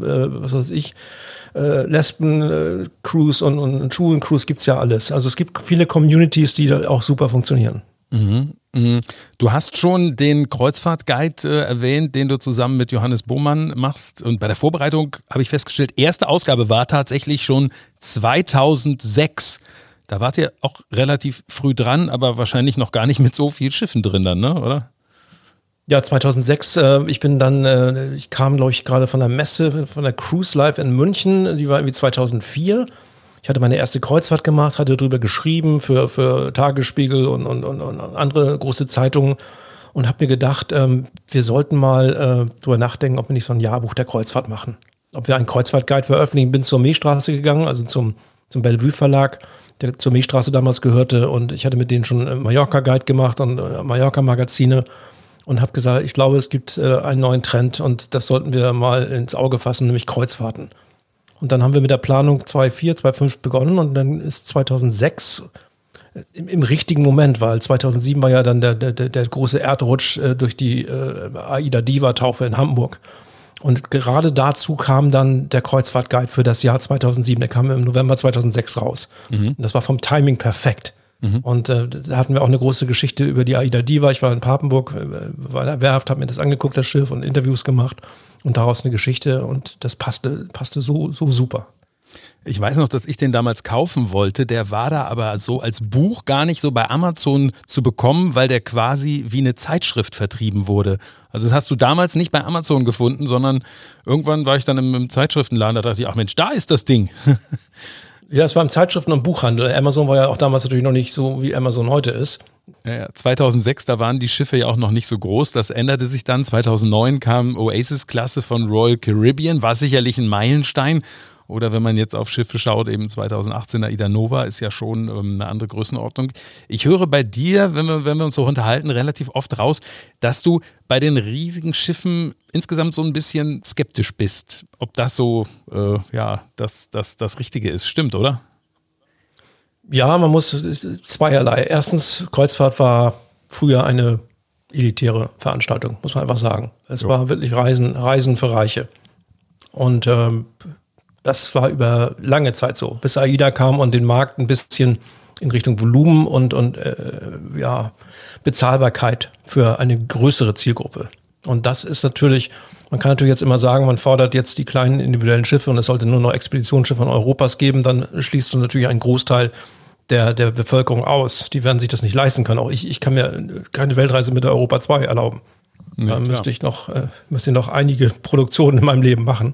Lesben-Crews und Schulen-Crews, gibt's ja alles. Also es gibt viele Communities, die da auch super funktionieren. Du hast schon den Kreuzfahrt-Guide erwähnt, den du zusammen mit Johannes Bohmann machst. Und bei der Vorbereitung habe ich festgestellt, erste Ausgabe war tatsächlich schon 2006. Da wart ihr auch relativ früh dran, aber wahrscheinlich noch gar nicht mit so vielen Schiffen drin dann, ne? Oder? Ja, 2006, ich kam, glaube ich, gerade von der Messe, von der Cruise Live in München, die war irgendwie 2004. Ich hatte meine erste Kreuzfahrt gemacht, hatte darüber geschrieben für Tagesspiegel und andere große Zeitungen und habe mir gedacht, wir sollten mal drüber nachdenken, ob wir nicht so ein Jahrbuch der Kreuzfahrt machen. Ob wir einen Kreuzfahrt-Guide veröffentlichen. Bin zur Meestraße gegangen, also zum Bellevue Verlag, der zur Meestraße damals gehörte, und ich hatte mit denen schon Mallorca-Guide gemacht und Mallorca-Magazine und habe gesagt, ich glaube, es gibt einen neuen Trend und das sollten wir mal ins Auge fassen, nämlich Kreuzfahrten. Und dann haben wir mit der Planung 2004, 2005 begonnen und dann ist 2006 im richtigen Moment, weil 2007 war ja dann der große Erdrutsch durch die AIDA Diva-Taufe in Hamburg. Und gerade dazu kam dann der Kreuzfahrt-Guide für das Jahr 2007. Der kam im November 2006 raus. Und das war vom Timing perfekt. Und da hatten wir auch eine große Geschichte über die AIDA Diva. Ich war in Papenburg, war in der Werft, habe mir das angeguckt, das Schiff, und Interviews gemacht. Und daraus eine Geschichte, und das passte so super. Ich weiß noch, dass ich den damals kaufen wollte. Der war da aber so als Buch gar nicht so bei Amazon zu bekommen, weil der quasi wie eine Zeitschrift vertrieben wurde. Also das hast du damals nicht bei Amazon gefunden, sondern irgendwann war ich dann im Zeitschriftenladen, da dachte ich, ach Mensch, da ist das Ding. Ja, es war im Zeitschriften- und Buchhandel. Amazon war ja auch damals natürlich noch nicht so, wie Amazon heute ist. Ja, 2006, da waren die Schiffe ja auch noch nicht so groß. Das änderte sich dann. 2009 kam Oasis-Klasse von Royal Caribbean, war sicherlich ein Meilenstein. Oder wenn man jetzt auf Schiffe schaut, eben 2018er Ida Nova ist ja schon eine andere Größenordnung. Ich höre bei dir, wenn wir uns so unterhalten, relativ oft raus, dass du bei den riesigen Schiffen insgesamt so ein bisschen skeptisch bist. Ob das so, das Richtige ist. Stimmt, oder? Ja, man muss zweierlei. Erstens, Kreuzfahrt war früher eine elitäre Veranstaltung, muss man einfach sagen. Es war wirklich Reisen für Reiche. Und das war über lange Zeit so, bis AIDA kam und den Markt ein bisschen in Richtung Volumen und Bezahlbarkeit für eine größere Zielgruppe. Und das ist natürlich, man kann natürlich jetzt immer sagen, man fordert jetzt die kleinen individuellen Schiffe und es sollte nur noch Expeditionsschiffe in Europas geben, dann schließt du natürlich einen Großteil der Bevölkerung aus. Die werden sich das nicht leisten können. Auch ich kann mir keine Weltreise mit der Europa 2 erlauben. Nee, da müsste ich noch einige Produktionen in meinem Leben machen.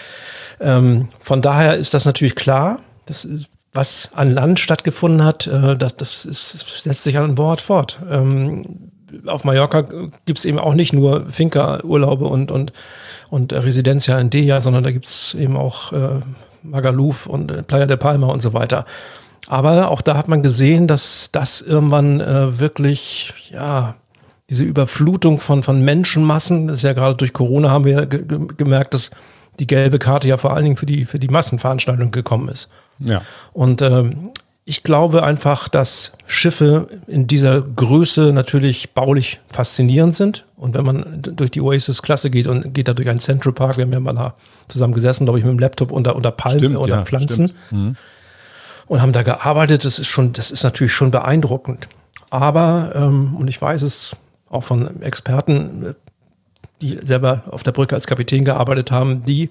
Von daher ist das natürlich klar, was an Land stattgefunden hat, setzt sich an Bord fort. Auf Mallorca gibt es eben auch nicht nur Finca-Urlaube und Residencia in Deja, sondern da gibt es eben auch Magaluf und Playa de Palma und so weiter. Aber auch da hat man gesehen, dass das irgendwann wirklich, diese Überflutung von Menschenmassen, das ist ja gerade durch Corona haben wir gemerkt, dass die gelbe Karte ja vor allen Dingen für die Massenveranstaltung gekommen ist. Ja. Und ich glaube einfach, dass Schiffe in dieser Größe natürlich baulich faszinierend sind. Und wenn man durch die Oasis-Klasse geht und geht da durch einen Central Park, wir haben ja mal da zusammen gesessen, glaube ich, mit dem Laptop unter Palmen oder Pflanzen und haben da gearbeitet. Das ist natürlich schon beeindruckend. Aber, und ich weiß es auch von Experten, die selber auf der Brücke als Kapitän gearbeitet haben, die,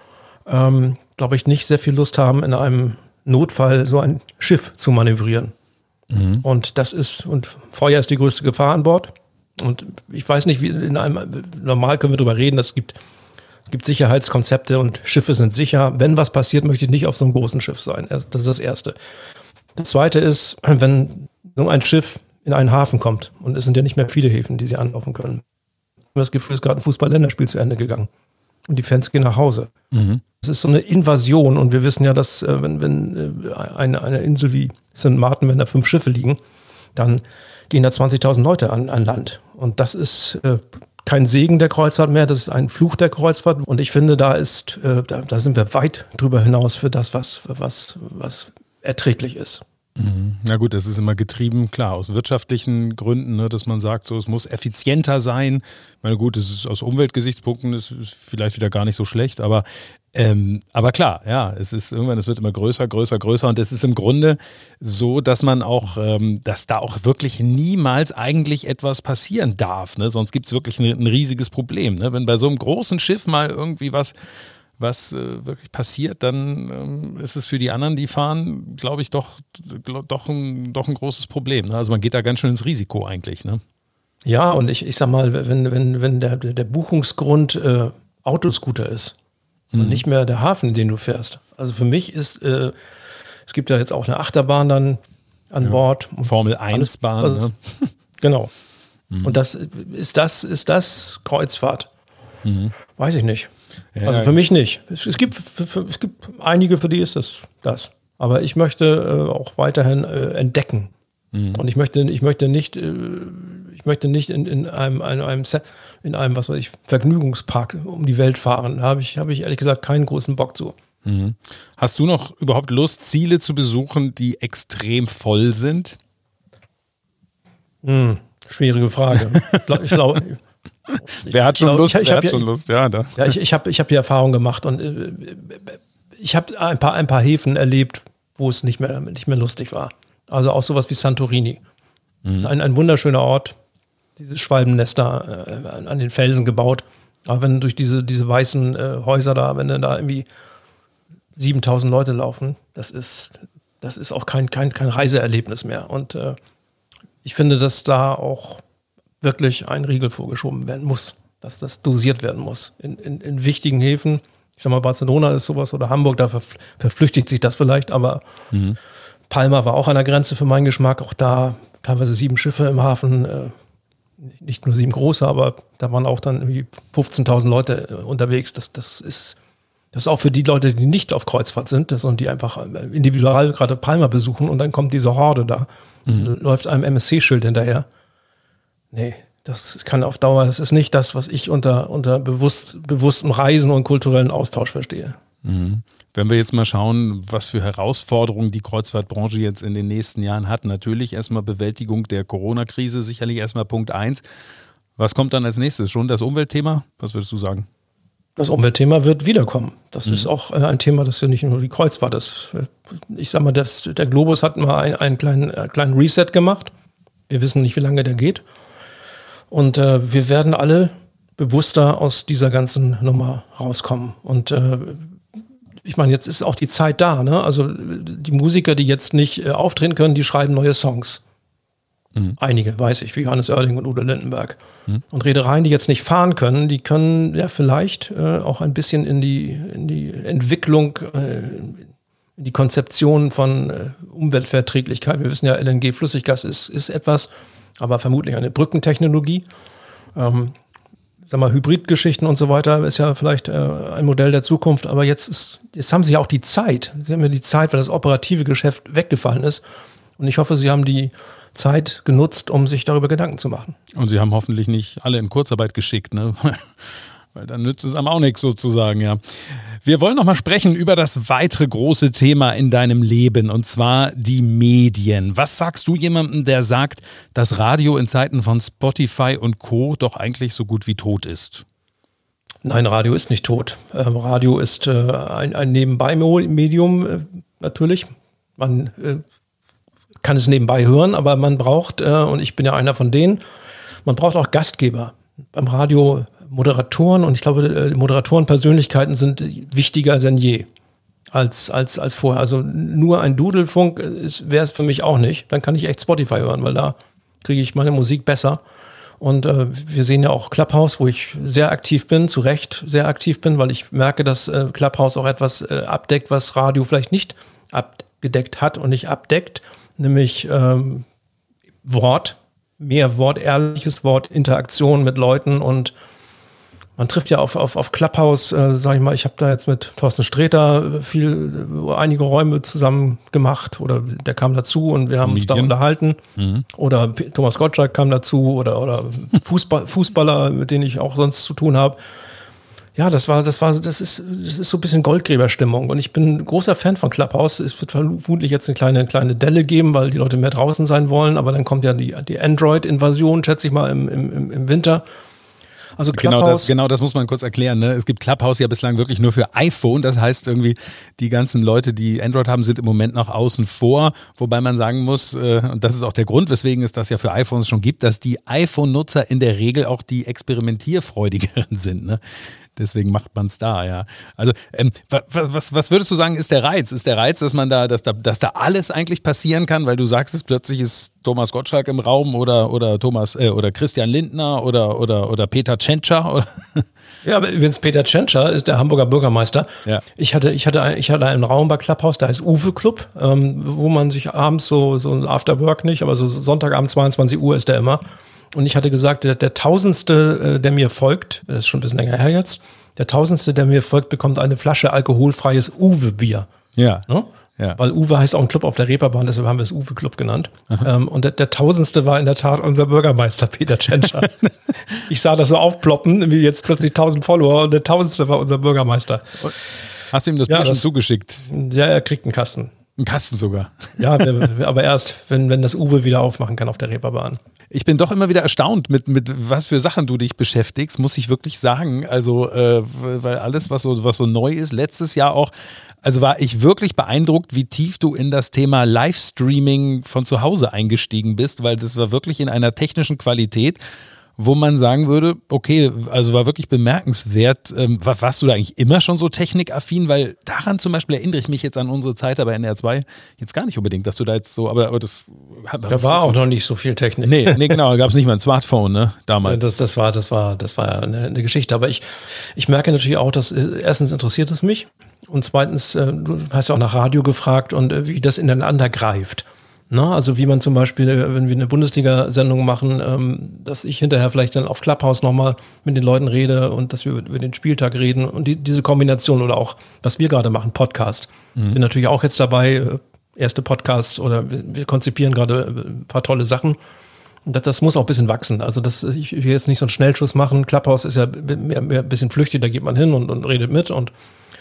glaube ich, nicht sehr viel Lust haben, in einem Notfall so ein Schiff zu manövrieren. Und Feuer ist die größte Gefahr an Bord. Und ich weiß nicht, normal können wir darüber reden, es gibt Sicherheitskonzepte und Schiffe sind sicher. Wenn was passiert, möchte ich nicht auf so einem großen Schiff sein. Das ist das Erste. Das Zweite ist, wenn so ein Schiff in einen Hafen kommt und es sind ja nicht mehr viele Häfen, die sie anlaufen können. Das Gefühl ist gerade ein Fußball-Länderspiel zu Ende gegangen. Und die Fans gehen nach Hause. Das ist so eine Invasion. Und wir wissen ja, dass wenn eine Insel wie St. Martin, wenn da 5 Schiffe liegen, dann gehen da 20.000 Leute an Land. Und das ist kein Segen der Kreuzfahrt mehr, das ist ein Fluch der Kreuzfahrt. Und ich finde, da sind wir weit drüber hinaus für das, was erträglich ist. Na gut, das ist immer getrieben, klar, aus wirtschaftlichen Gründen, ne, dass man sagt, so, es muss effizienter sein. Ich meine, gut, das ist aus Umweltgesichtspunkten ist vielleicht wieder gar nicht so schlecht, aber klar, ja, es wird immer größer und es ist im Grunde so, dass man auch, dass da auch wirklich niemals eigentlich etwas passieren darf, ne? Sonst gibt es wirklich ein riesiges Problem, ne? Wenn bei so einem großen Schiff mal irgendwie was wirklich passiert, dann ist es für die anderen, die fahren, glaube ich, doch ein großes Problem. Ne? Also man geht da ganz schön ins Risiko eigentlich. Ne? Ja, und ich sag mal, wenn der Buchungsgrund Autoscooter ist und nicht mehr der Hafen, in den du fährst. Also für mich ist, es gibt ja jetzt auch eine Achterbahn dann an Bord. Formel-1-Bahn. Also, ne? Genau. Und ist das Kreuzfahrt? Weiß ich nicht. Ja, also für mich nicht. Es gibt einige, für die ist das. Aber ich möchte auch weiterhin entdecken. Und ich möchte nicht in einem was weiß ich, Vergnügungspark um die Welt fahren. Da habe ich ehrlich gesagt keinen großen Bock zu. Hast du noch überhaupt Lust, Ziele zu besuchen, die extrem voll sind? Schwierige Frage. Ich glaube. Wer hat schon Lust? Ja, da. Ja, ich hab die Erfahrung gemacht und ich habe ein paar Häfen erlebt, wo es nicht mehr lustig war. Also auch sowas wie Santorini. Ein wunderschöner Ort, dieses Schwalbennest da an den Felsen gebaut. Aber wenn durch diese weißen Häuser da, wenn du da irgendwie 7.000 Leute laufen, das ist auch kein Reiseerlebnis mehr. Und ich finde, dass da auch wirklich ein Riegel vorgeschoben werden muss, dass das dosiert werden muss. In wichtigen Häfen, ich sag mal, Barcelona ist sowas oder Hamburg, da verflüchtigt sich das vielleicht, aber Palma war auch an der Grenze für meinen Geschmack, auch da teilweise 7 Schiffe im Hafen, nicht nur 7 große, aber da waren auch dann irgendwie 15.000 Leute unterwegs. Das ist auch für die Leute, die nicht auf Kreuzfahrt sind, sondern die einfach individuell gerade Palma besuchen und dann kommt diese Horde da, läuft einem MSC-Schild hinterher. Nee, das kann auf Dauer, das ist nicht das, was ich unter bewusstem Reisen und kulturellen Austausch verstehe. Wenn wir jetzt mal schauen, was für Herausforderungen die Kreuzfahrtbranche jetzt in den nächsten Jahren hat, natürlich erstmal Bewältigung der Corona-Krise, sicherlich erstmal Punkt 1. Was kommt dann als nächstes? Schon das Umweltthema? Was würdest du sagen? Das Umweltthema wird wiederkommen. Das ist auch ein Thema, das ja nicht nur die Kreuzfahrt ist. Ich sag mal, der Globus hat mal einen kleinen Reset gemacht. Wir wissen nicht, wie lange der geht. Und wir werden alle bewusster aus dieser ganzen Nummer rauskommen. Und ich meine, jetzt ist auch die Zeit da, ne? Also die Musiker, die jetzt nicht auftreten können, die schreiben neue Songs. Einige, weiß ich, wie Johannes Oerling und Udo Lindenberg. Und Reedereien, die jetzt nicht fahren können, die können ja vielleicht auch ein bisschen in die Entwicklung, in die Konzeption von Umweltverträglichkeit. Wir wissen ja, LNG-Flüssiggas ist etwas, aber vermutlich eine Brückentechnologie. Sag mal, Hybridgeschichten und so weiter ist ja vielleicht ein Modell der Zukunft, aber jetzt haben sie ja auch die Zeit. Sie haben ja die Zeit, weil das operative Geschäft weggefallen ist. Und ich hoffe, sie haben die Zeit genutzt, um sich darüber Gedanken zu machen. Und sie haben hoffentlich nicht alle in Kurzarbeit geschickt, ne? Weil dann nützt es einem auch nichts sozusagen, ja. Wir wollen noch mal sprechen über das weitere große Thema in deinem Leben, und zwar die Medien. Was sagst du jemandem, der sagt, dass Radio in Zeiten von Spotify und Co. doch eigentlich so gut wie tot ist? Nein, Radio ist nicht tot. Radio ist ein Nebenbei-Medium, natürlich. Man kann es nebenbei hören, aber man braucht, und ich bin ja einer von denen, man braucht auch Gastgeber. Beim Radio Moderatoren, und ich glaube, Moderatorenpersönlichkeiten sind wichtiger denn je als vorher. Also nur ein Dudelfunk wäre es für mich auch nicht. Dann kann ich echt Spotify hören, weil da kriege ich meine Musik besser. Und wir sehen ja auch Clubhouse, wo ich sehr aktiv bin, zu Recht sehr aktiv bin, weil ich merke, dass Clubhouse auch etwas abdeckt, was Radio vielleicht nicht abgedeckt hat und nicht abdeckt, nämlich mehr Wort, ehrliches Wort, Interaktion mit Leuten, und man trifft ja auf Clubhouse, sag ich mal, ich habe da jetzt mit Thorsten Sträter einige Räume zusammen gemacht, oder der kam dazu und wir haben uns da unterhalten. Oder Thomas Gottschalk kam dazu, oder Fußballer, mit denen ich auch sonst zu tun habe. Ja, das ist so ein bisschen Goldgräberstimmung, und ich bin ein großer Fan von Clubhouse. Es wird vermutlich jetzt eine kleine Delle geben, weil die Leute mehr draußen sein wollen, aber dann kommt ja die Android-Invasion, schätze ich mal, im Winter. Also Clubhouse. Genau das muss man kurz erklären, ne? Es gibt Clubhouse ja bislang wirklich nur für iPhone. Das heißt irgendwie, die ganzen Leute, die Android haben, sind im Moment noch außen vor. Wobei man sagen muss, und das ist auch der Grund, weswegen es das ja für iPhones schon gibt, dass die iPhone-Nutzer in der Regel auch die experimentierfreudigeren sind, ne? Deswegen macht man es da, ja. Also was würdest du sagen, ist der Reiz? Ist der Reiz, dass man dass da alles eigentlich passieren kann, weil du sagst, es plötzlich ist Thomas Gottschalk im Raum oder Christian Lindner oder Peter Tschentscher? Oder? Ja, aber übrigens Peter Tschentscher ist der Hamburger Bürgermeister. Ja. Ich hatte einen Raum bei Clubhouse, da heißt Uwe Club, wo man sich abends so ein Afterwork nicht, aber so Sonntagabend 22 Uhr ist der immer. Und ich hatte gesagt, der Tausendste, der mir folgt, das ist schon ein bisschen länger her jetzt, der Tausendste, der mir folgt, bekommt eine Flasche alkoholfreies Uwe-Bier. Ja. Ne? Ja. Weil Uwe heißt auch ein Club auf der Reeperbahn, deshalb haben wir es Uwe-Club genannt. Und der Tausendste war in der Tat unser Bürgermeister, Peter Tschentscher. Ich sah das so aufploppen, wie jetzt plötzlich 1000 Follower, und der Tausendste war unser Bürgermeister. Hast du ihm das Bier schon zugeschickt? Ja, er kriegt einen Kasten. Einen Kasten sogar? Ja, aber erst, wenn das Uwe wieder aufmachen kann auf der Reeperbahn. Ich bin doch immer wieder erstaunt, mit was für Sachen du dich beschäftigst, muss ich wirklich sagen. Also, weil alles, was so neu ist, letztes Jahr auch, also war ich wirklich beeindruckt, wie tief du in das Thema Livestreaming von zu Hause eingestiegen bist, weil das war wirklich in einer technischen Qualität, wo man sagen würde, okay, also war wirklich bemerkenswert. Warst du da eigentlich immer schon so technikaffin? Weil daran zum Beispiel erinnere ich mich jetzt an unsere Zeit bei NDR 2 jetzt gar nicht unbedingt, dass du da jetzt so, aber das... Da war auch noch nicht so viel Technik. Nee, genau, da gab es nicht mal ein Smartphone, ne, damals. Das war ja eine Geschichte. Aber ich merke natürlich auch, dass erstens interessiert es mich und zweitens, du hast ja auch nach Radio gefragt und wie das ineinander greift. Na, also wie man zum Beispiel, wenn wir eine Bundesliga-Sendung machen, dass ich hinterher vielleicht dann auf Clubhouse nochmal mit den Leuten rede und dass wir über den Spieltag reden und diese Kombination oder auch, was wir gerade machen, Podcast. Bin natürlich auch jetzt dabei, erste Podcast oder wir konzipieren gerade ein paar tolle Sachen. Und das muss auch ein bisschen wachsen. Also ich will jetzt nicht so einen Schnellschuss machen. Clubhouse ist ja mehr ein bisschen flüchtig, da geht man hin und redet mit und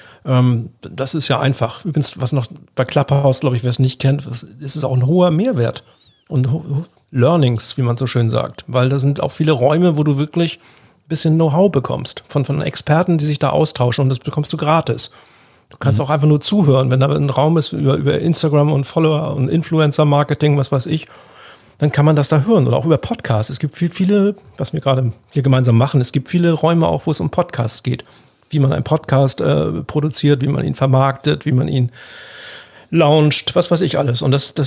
das ist ja einfach. Übrigens, was noch bei Clubhouse, glaube ich, wer es nicht kennt, ist es auch ein hoher Mehrwert und Learnings, wie man so schön sagt. Weil da sind auch viele Räume, wo du wirklich ein bisschen Know-how bekommst von Experten, die sich da austauschen und das bekommst du gratis. Du kannst auch einfach nur zuhören, wenn da ein Raum ist über Instagram und Follower und Influencer-Marketing, was weiß ich, dann kann man das da hören oder auch über Podcasts. Es gibt viele, was wir gerade hier gemeinsam machen, es gibt viele Räume auch, wo es um Podcasts geht. Wie man einen Podcast produziert, wie man ihn vermarktet, wie man ihn launcht, was weiß ich alles. Und das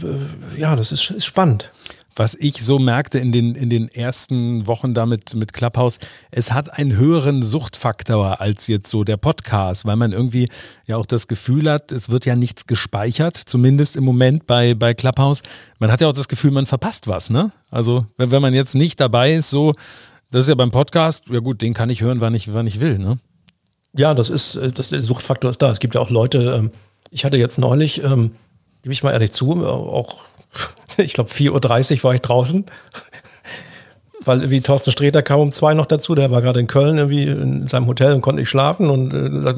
ist spannend. Was ich so merkte in den ersten Wochen damit mit Clubhouse, es hat einen höheren Suchtfaktor als jetzt so der Podcast, weil man irgendwie ja auch das Gefühl hat, es wird ja nichts gespeichert, zumindest im Moment bei Clubhouse. Man hat ja auch das Gefühl, man verpasst was, ne? Also wenn man jetzt nicht dabei ist, so, das ist ja beim Podcast, ja gut, den kann ich hören, wann ich will, ne? Ja, der Suchtfaktor ist da. Es gibt ja auch Leute, ich hatte jetzt neulich, gebe ich mal ehrlich zu, auch, ich glaube 4:30 Uhr war ich draußen, weil irgendwie Thorsten Sträter kam um 2 noch dazu, der war gerade in Köln irgendwie in seinem Hotel und konnte nicht schlafen und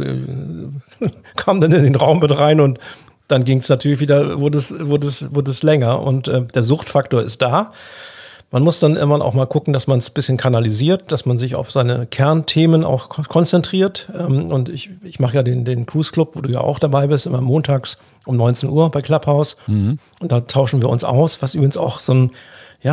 kam dann in den Raum mit rein und dann ging es natürlich wieder, wurde es länger und der Suchtfaktor ist da. Man muss dann immer auch mal gucken, dass man es ein bisschen kanalisiert, dass man sich auf seine Kernthemen auch konzentriert. Und ich mache ja den Cruise Club, wo du ja auch dabei bist, immer montags um 19 Uhr bei Clubhouse. Und da tauschen wir uns aus, was übrigens auch so ein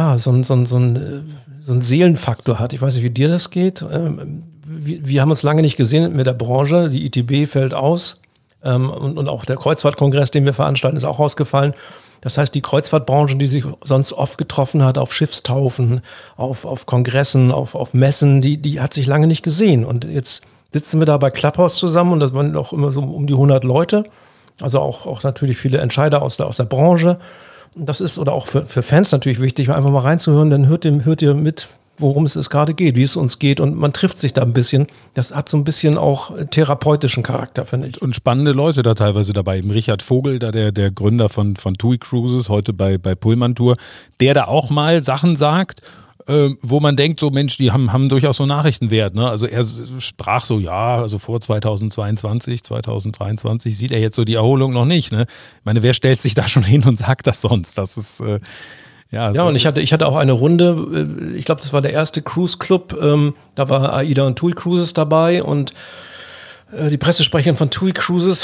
Seelenfaktor hat. Ich weiß nicht, wie dir das geht. Wir haben uns lange nicht gesehen mit der Branche. Die ITB fällt aus. Und auch der Kreuzfahrtkongress, den wir veranstalten, ist auch ausgefallen. Das heißt, die Kreuzfahrtbranche, die sich sonst oft getroffen hat, auf Schiffstaufen, auf Kongressen, auf Messen, die hat sich lange nicht gesehen. Und jetzt sitzen wir da bei Clubhouse zusammen und das waren auch immer so um die 100 Leute. Also auch natürlich viele Entscheider aus der Branche. Und das ist, oder auch für Fans natürlich wichtig, einfach mal reinzuhören, dann hört ihr mit, worum es gerade geht, wie es uns geht und man trifft sich da ein bisschen. Das hat so ein bisschen auch therapeutischen Charakter, finde ich. Und spannende Leute da teilweise dabei. Eben Richard Vogel, da der Gründer von TUI Cruises, heute bei Pullman Tour, der da auch mal Sachen sagt, wo man denkt, so Mensch, die haben durchaus so Nachrichtenwert. Ne? Also er sprach so, ja, also vor 2022, 2023 sieht er jetzt so die Erholung noch nicht. Ne? Ich meine, wer stellt sich da schon hin und sagt das sonst? Das ist... Ja, und ich hatte auch eine Runde, ich glaube, das war der erste Cruise Club, da war AIDA und TUI Cruises dabei und die Pressesprecherin von TUI Cruises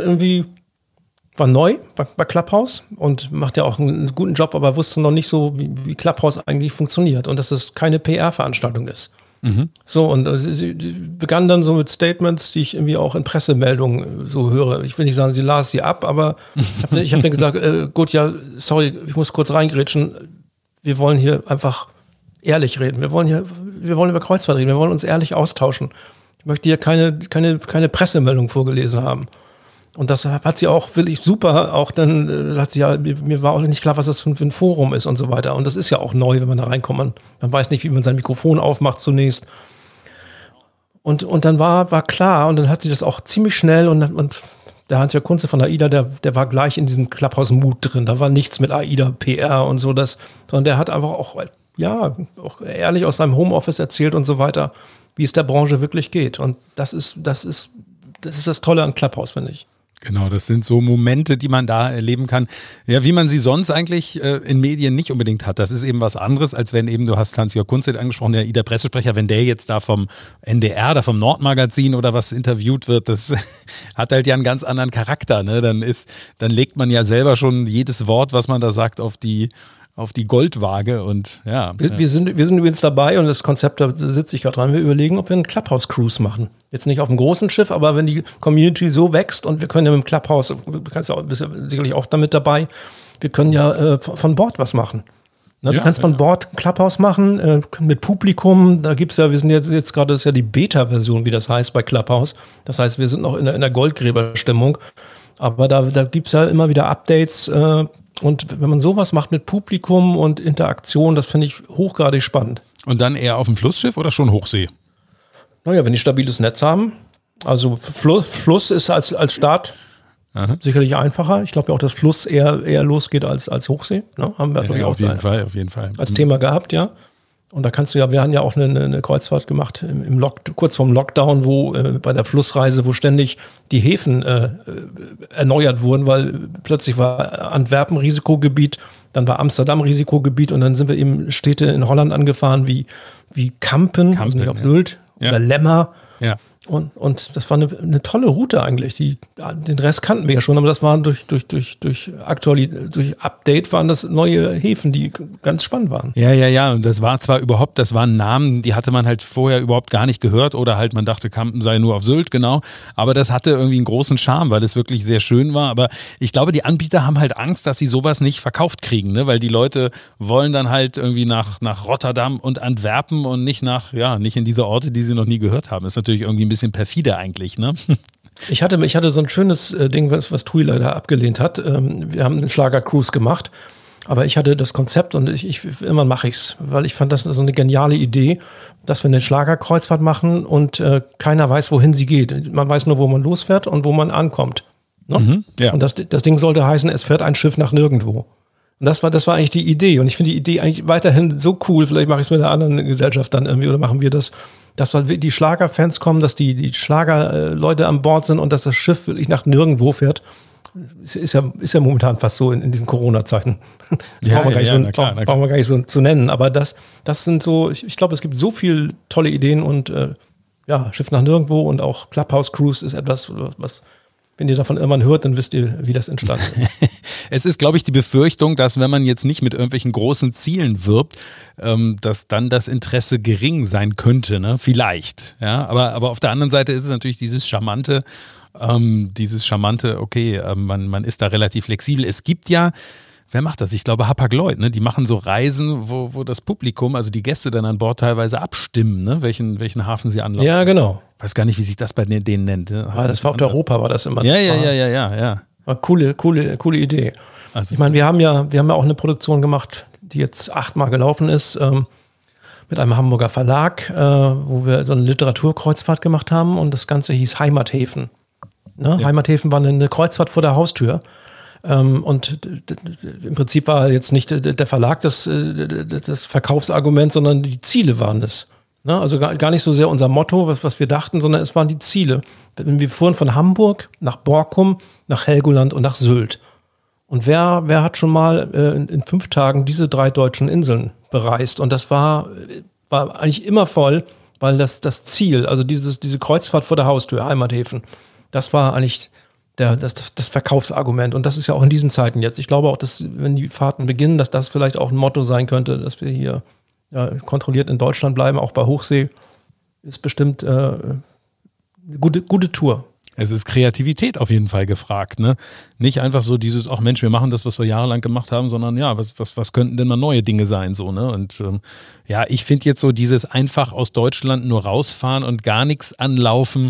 war neu bei Clubhouse und macht ja auch einen guten Job, aber wusste noch nicht so, wie Clubhouse eigentlich funktioniert und dass es keine PR-Veranstaltung ist. So, und sie begann dann so mit Statements, die ich irgendwie auch in Pressemeldungen so höre. Ich will nicht sagen, sie las sie ab, aber ich hab dann gesagt, gut, ja, sorry, ich muss kurz reingrätschen. Wir wollen hier einfach ehrlich reden. Wir wollen über Kreuzfahrt reden. Wir wollen uns ehrlich austauschen. Ich möchte hier keine Pressemeldung vorgelesen haben. Und das hat sie auch wirklich super, auch dann sagt sie ja, mir war auch nicht klar, was das für ein Forum ist und so weiter. Und das ist ja auch neu, wenn man da reinkommt. Man weiß nicht, wie man sein Mikrofon aufmacht zunächst. Und dann war klar, und dann hat sie das auch ziemlich schnell und der Hans-Jörg Kunze von AIDA, der war gleich in diesem Clubhouse-Mut drin. Da war nichts mit AIDA, PR und so, sondern der hat einfach auch ehrlich aus seinem Homeoffice erzählt und so weiter, wie es der Branche wirklich geht. Und das ist das Tolle an Clubhouse, finde ich. Genau, das sind so Momente, die man da erleben kann, ja, wie man sie sonst eigentlich in Medien nicht unbedingt hat. Das ist eben was anderes, als wenn eben, du hast Hans-Jörg Kunze angesprochen, der AIDA-Pressesprecher, wenn der jetzt da vom NDR, da vom Nordmagazin oder was interviewt wird, das hat halt ja einen ganz anderen Charakter, ne? Dann legt man ja selber schon jedes Wort, was man da sagt, auf die auf die Goldwaage und ja. Wir sind übrigens dabei und das Konzept, da sitze ich gerade dran, wir überlegen, ob wir einen Clubhouse-Cruise machen. Jetzt nicht auf einem großen Schiff, aber wenn die Community so wächst und wir können ja mit dem Clubhouse, du bist ja sicherlich auch damit dabei, wir können ja von Bord was machen. Na, du kannst von Bord Clubhouse machen, mit Publikum, da gibt's ja, wir sind jetzt gerade, das ist ja die Beta-Version, wie das heißt bei Clubhouse. Das heißt, wir sind noch in der Goldgräberstimmung, aber da gibt's ja immer wieder Updates, und wenn man sowas macht mit Publikum und Interaktion, das finde ich hochgradig spannend. Und dann eher auf dem Flussschiff oder schon Hochsee? Naja, wenn die stabiles Netz haben, also Fluss ist als Start sicherlich einfacher. Ich glaube ja auch, dass Fluss eher losgeht als Hochsee. Ne? Haben wir ja, auf jeden Fall. Als Thema gehabt, ja. Und da kannst du ja, wir haben ja auch eine Kreuzfahrt gemacht kurz vorm Lockdown, wo bei der Flussreise, wo ständig die Häfen erneuert wurden, weil plötzlich war Antwerpen Risikogebiet, dann war Amsterdam Risikogebiet und dann sind wir eben Städte in Holland angefahren wie Kampen, also nicht auf Sylt, oder Lemmer. Ja. Und das war eine tolle Route eigentlich. Den Rest kannten wir ja schon, aber das waren durch Update waren das neue Häfen, die ganz spannend waren. Ja. Und das waren Namen, die hatte man halt vorher überhaupt gar nicht gehört oder halt man dachte, Kampen sei nur auf Sylt, genau. Aber das hatte irgendwie einen großen Charme, weil es wirklich sehr schön war. Aber ich glaube, die Anbieter haben halt Angst, dass sie sowas nicht verkauft kriegen, ne? Weil die Leute wollen dann halt irgendwie nach Rotterdam und Antwerpen und nicht in diese Orte, die sie noch nie gehört haben. Das ist natürlich irgendwie ein bisschen perfide eigentlich, ne? Ich hatte so ein schönes Ding, was TUI leider abgelehnt hat. Wir haben einen Schlager-Cruise gemacht, aber ich hatte das Konzept und irgendwann mache ich's, weil ich fand das so eine geniale Idee, dass wir eine Schlagerkreuzfahrt machen und keiner weiß, wohin sie geht. Man weiß nur, wo man losfährt und wo man ankommt. Ne? Und das Ding sollte heißen, es fährt ein Schiff nach nirgendwo. Und das war eigentlich die Idee. Und ich finde die Idee eigentlich weiterhin so cool. Vielleicht mache ich es mit einer anderen Gesellschaft dann irgendwie oder machen wir das, dass die Schlagerfans kommen, dass die Schlagerleute an Bord sind und dass das Schiff wirklich nach nirgendwo fährt. Ist ja momentan fast so in diesen Corona-Zeiten. Das brauchen wir gar nicht so zu nennen. Aber das sind so, ich glaube, es gibt so viele tolle Ideen und Schiff nach nirgendwo und auch Clubhouse Cruise ist etwas, was, wenn ihr davon irgendwann hört, dann wisst ihr, wie das entstanden ist. Es ist, glaube ich, die Befürchtung, dass wenn man jetzt nicht mit irgendwelchen großen Zielen wirbt, dass dann das Interesse gering sein könnte, ne? Vielleicht. Ja? Aber auf der anderen Seite ist es natürlich dieses charmante, okay, man ist da relativ flexibel. Es gibt ja, wer macht das? Ich glaube Hapag-Lloyd, ne? Die machen so Reisen, wo das Publikum, also die Gäste dann an Bord teilweise abstimmen, ne? Welchen Hafen sie anlaufen. Ja, genau. Ich weiß gar nicht, wie sich das bei denen nennt. Ne? Das war auf der Europa, war das immer. Ja. War coole Idee. Also, ich meine, wir haben ja auch eine Produktion gemacht, die jetzt 8-mal gelaufen ist, mit einem Hamburger Verlag, wo wir so eine Literaturkreuzfahrt gemacht haben und das Ganze hieß Heimathäfen. Ne? Ja. Heimathäfen war eine Kreuzfahrt vor der Haustür. Und im Prinzip war jetzt nicht der Verlag das Verkaufsargument, sondern die Ziele waren es. Ne? Also gar nicht so sehr unser Motto, was wir dachten, sondern es waren die Ziele. Wir fuhren von Hamburg nach Borkum, nach Helgoland und nach Sylt. Und wer hat schon mal in 5 Tagen diese 3 deutschen Inseln bereist? Und das war eigentlich immer voll, weil das Ziel, also diese Kreuzfahrt vor der Haustür, Heimathäfen, das war eigentlich das Verkaufsargument. Und das ist ja auch in diesen Zeiten jetzt. Ich glaube auch, dass, wenn die Fahrten beginnen, dass das vielleicht auch ein Motto sein könnte, dass wir hier kontrolliert in Deutschland bleiben, auch bei Hochsee. Ist bestimmt eine gute Tour. Es ist Kreativität auf jeden Fall gefragt, ne? Nicht einfach so dieses, ach Mensch, wir machen das, was wir jahrelang gemacht haben, sondern ja, was könnten denn mal neue Dinge sein, so, ne? Und ich finde jetzt so dieses einfach aus Deutschland nur rausfahren und gar nichts anlaufen,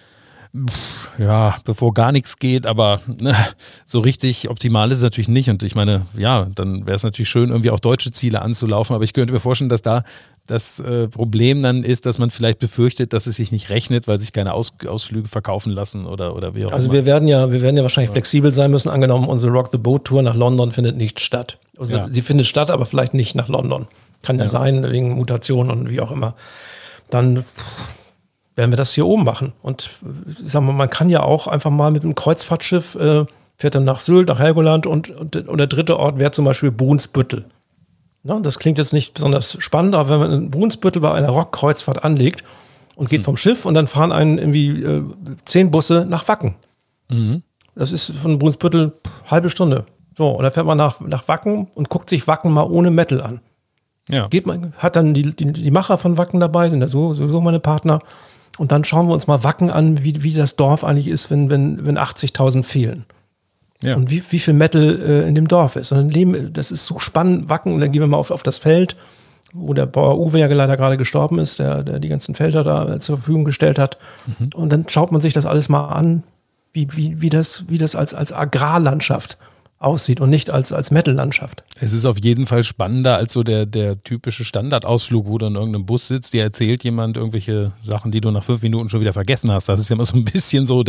bevor gar nichts geht, aber so richtig optimal ist es natürlich nicht. Und ich meine, dann wäre es natürlich schön, irgendwie auch deutsche Ziele anzulaufen, aber ich könnte mir vorstellen, dass da das Problem dann ist, dass man vielleicht befürchtet, dass es sich nicht rechnet, weil sich keine Ausflüge verkaufen lassen oder wie auch immer. Also wir werden ja wahrscheinlich flexibel sein müssen. Angenommen, unsere Rock the Boat Tour nach London findet nicht statt. Also sie findet statt, aber vielleicht nicht nach London. Kann ja sein, wegen Mutationen und wie auch immer. Dann werden wir das hier oben machen. Und sagen wir, man kann ja auch einfach mal mit einem Kreuzfahrtschiff, fährt dann nach Sylt, nach Helgoland und der dritte Ort wäre zum Beispiel Brunsbüttel. Ja, das klingt jetzt nicht besonders spannend, aber wenn man in Brunsbüttel bei einer Rockkreuzfahrt anlegt und geht vom Schiff und dann fahren einen irgendwie 10 Busse nach Wacken. Mhm. Das ist von Brunsbüttel halbe Stunde. So, und dann fährt man nach Wacken und guckt sich Wacken mal ohne Metal an. Ja. Hat dann die Macher von Wacken dabei, sind ja sowieso meine Partner. Und dann schauen wir uns mal Wacken an, wie das Dorf eigentlich ist, wenn 80.000 fehlen. Ja. Und wie viel Metal in dem Dorf ist. Und dann das ist so spannend, Wacken. Und dann gehen wir mal auf das Feld, wo der Bauer Uwe ja leider gerade gestorben ist, der die ganzen Felder da zur Verfügung gestellt hat. Mhm. Und dann schaut man sich das alles mal an, wie das als Agrarlandschaft aussieht und nicht als Metal-Landschaft. Es ist auf jeden Fall spannender als so der typische Standardausflug, wo du in irgendeinem Bus sitzt, dir erzählt jemand irgendwelche Sachen, die du nach 5 Minuten schon wieder vergessen hast. Das ist ja immer so ein bisschen so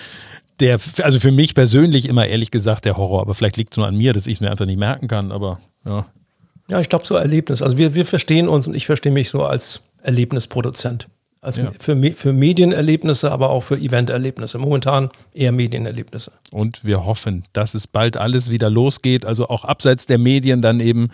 also für mich persönlich immer ehrlich gesagt der Horror, aber vielleicht liegt es nur an mir, dass ich es mir einfach nicht merken kann, aber ja. Ja, ich glaube so Erlebnis. Also wir verstehen uns und ich verstehe mich so als Erlebnisproduzent. Also für Medienerlebnisse, aber auch für Eventerlebnisse. Momentan eher Medienerlebnisse. Und wir hoffen, dass es bald alles wieder losgeht. Also auch abseits der Medien dann eben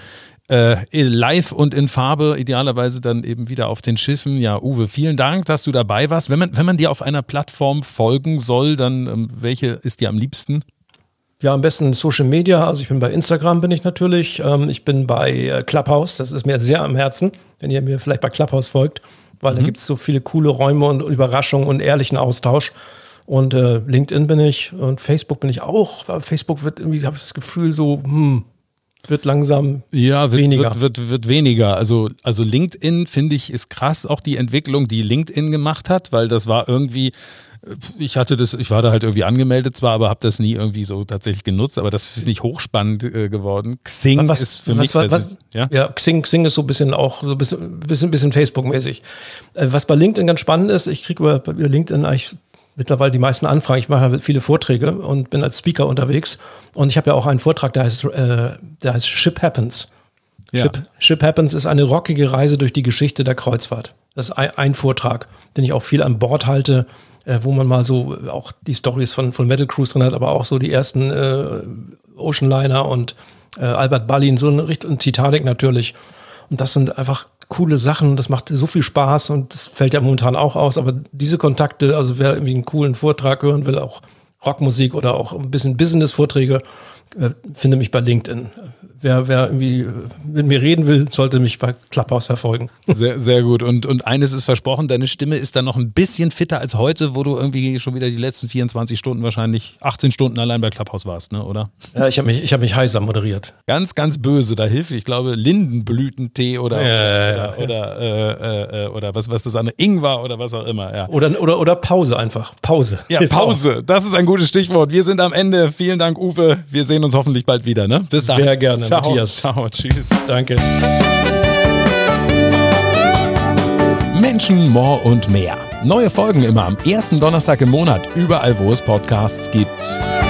live und in Farbe, idealerweise dann eben wieder auf den Schiffen. Ja, Uwe, vielen Dank, dass du dabei warst. Wenn man dir auf einer Plattform folgen soll, dann welche ist dir am liebsten? Ja, am besten Social Media. Also ich bin bei Instagram, bin ich natürlich. Ich bin bei Clubhouse. Das ist mir sehr am Herzen, wenn ihr mir vielleicht bei Clubhouse folgt. Weil da gibt es so viele coole Räume und Überraschungen und ehrlichen Austausch. Und LinkedIn bin ich und Facebook bin ich auch. Facebook wird irgendwie, habe ich das Gefühl, so wird langsam weniger. Wird weniger. Also LinkedIn, finde ich, ist krass, auch die Entwicklung, die LinkedIn gemacht hat, weil das war irgendwie, ich war da halt irgendwie angemeldet zwar, aber habe das nie irgendwie so tatsächlich genutzt, aber das finde ich hochspannend geworden. Xing ist für mich... Xing ist so ein bisschen auch so ein bisschen Facebook-mäßig. Was bei LinkedIn ganz spannend ist, ich kriege über LinkedIn eigentlich mittlerweile die meisten Anfragen. Ich mache viele Vorträge und bin als Speaker unterwegs. Und ich habe ja auch einen Vortrag, der heißt Ship Happens. Ja. Ship Happens ist eine rockige Reise durch die Geschichte der Kreuzfahrt. Das ist ein Vortrag, den ich auch viel an Bord halte, wo man mal so auch die Storys von Metal Cruise drin hat, aber auch so die ersten Oceanliner und Albert Ballin, so eine Richtung, und Titanic natürlich. Und das sind einfach coole Sachen, das macht so viel Spaß und das fällt ja momentan auch aus, aber diese Kontakte, also wer irgendwie einen coolen Vortrag hören will, auch Rockmusik oder auch ein bisschen Business-Vorträge, finde mich bei LinkedIn. Wer irgendwie mit mir reden will, sollte mich bei Clubhouse verfolgen. Sehr, sehr gut. Und eines ist versprochen, deine Stimme ist dann noch ein bisschen fitter als heute, wo du irgendwie schon wieder die letzten 24 Stunden, wahrscheinlich 18 Stunden allein bei Clubhouse warst, ne, oder? Ja, ich hab mich heiser moderiert. Ganz, ganz böse. Da hilft, ich glaube, Lindenblütentee oder was ist das andere? Ingwer oder was auch immer. Ja. Oder Pause einfach. Pause. Ja, Pause. Das ist ein gutes Stichwort. Wir sind am Ende. Vielen Dank, Uwe. Wir sehen uns hoffentlich bald wieder. Ne? Bis dann. Sehr gerne, ciao, Matthias. Ciao, tschüss. Danke. Menschen, More und mehr. Neue Folgen immer am ersten Donnerstag im Monat, überall, wo es Podcasts gibt.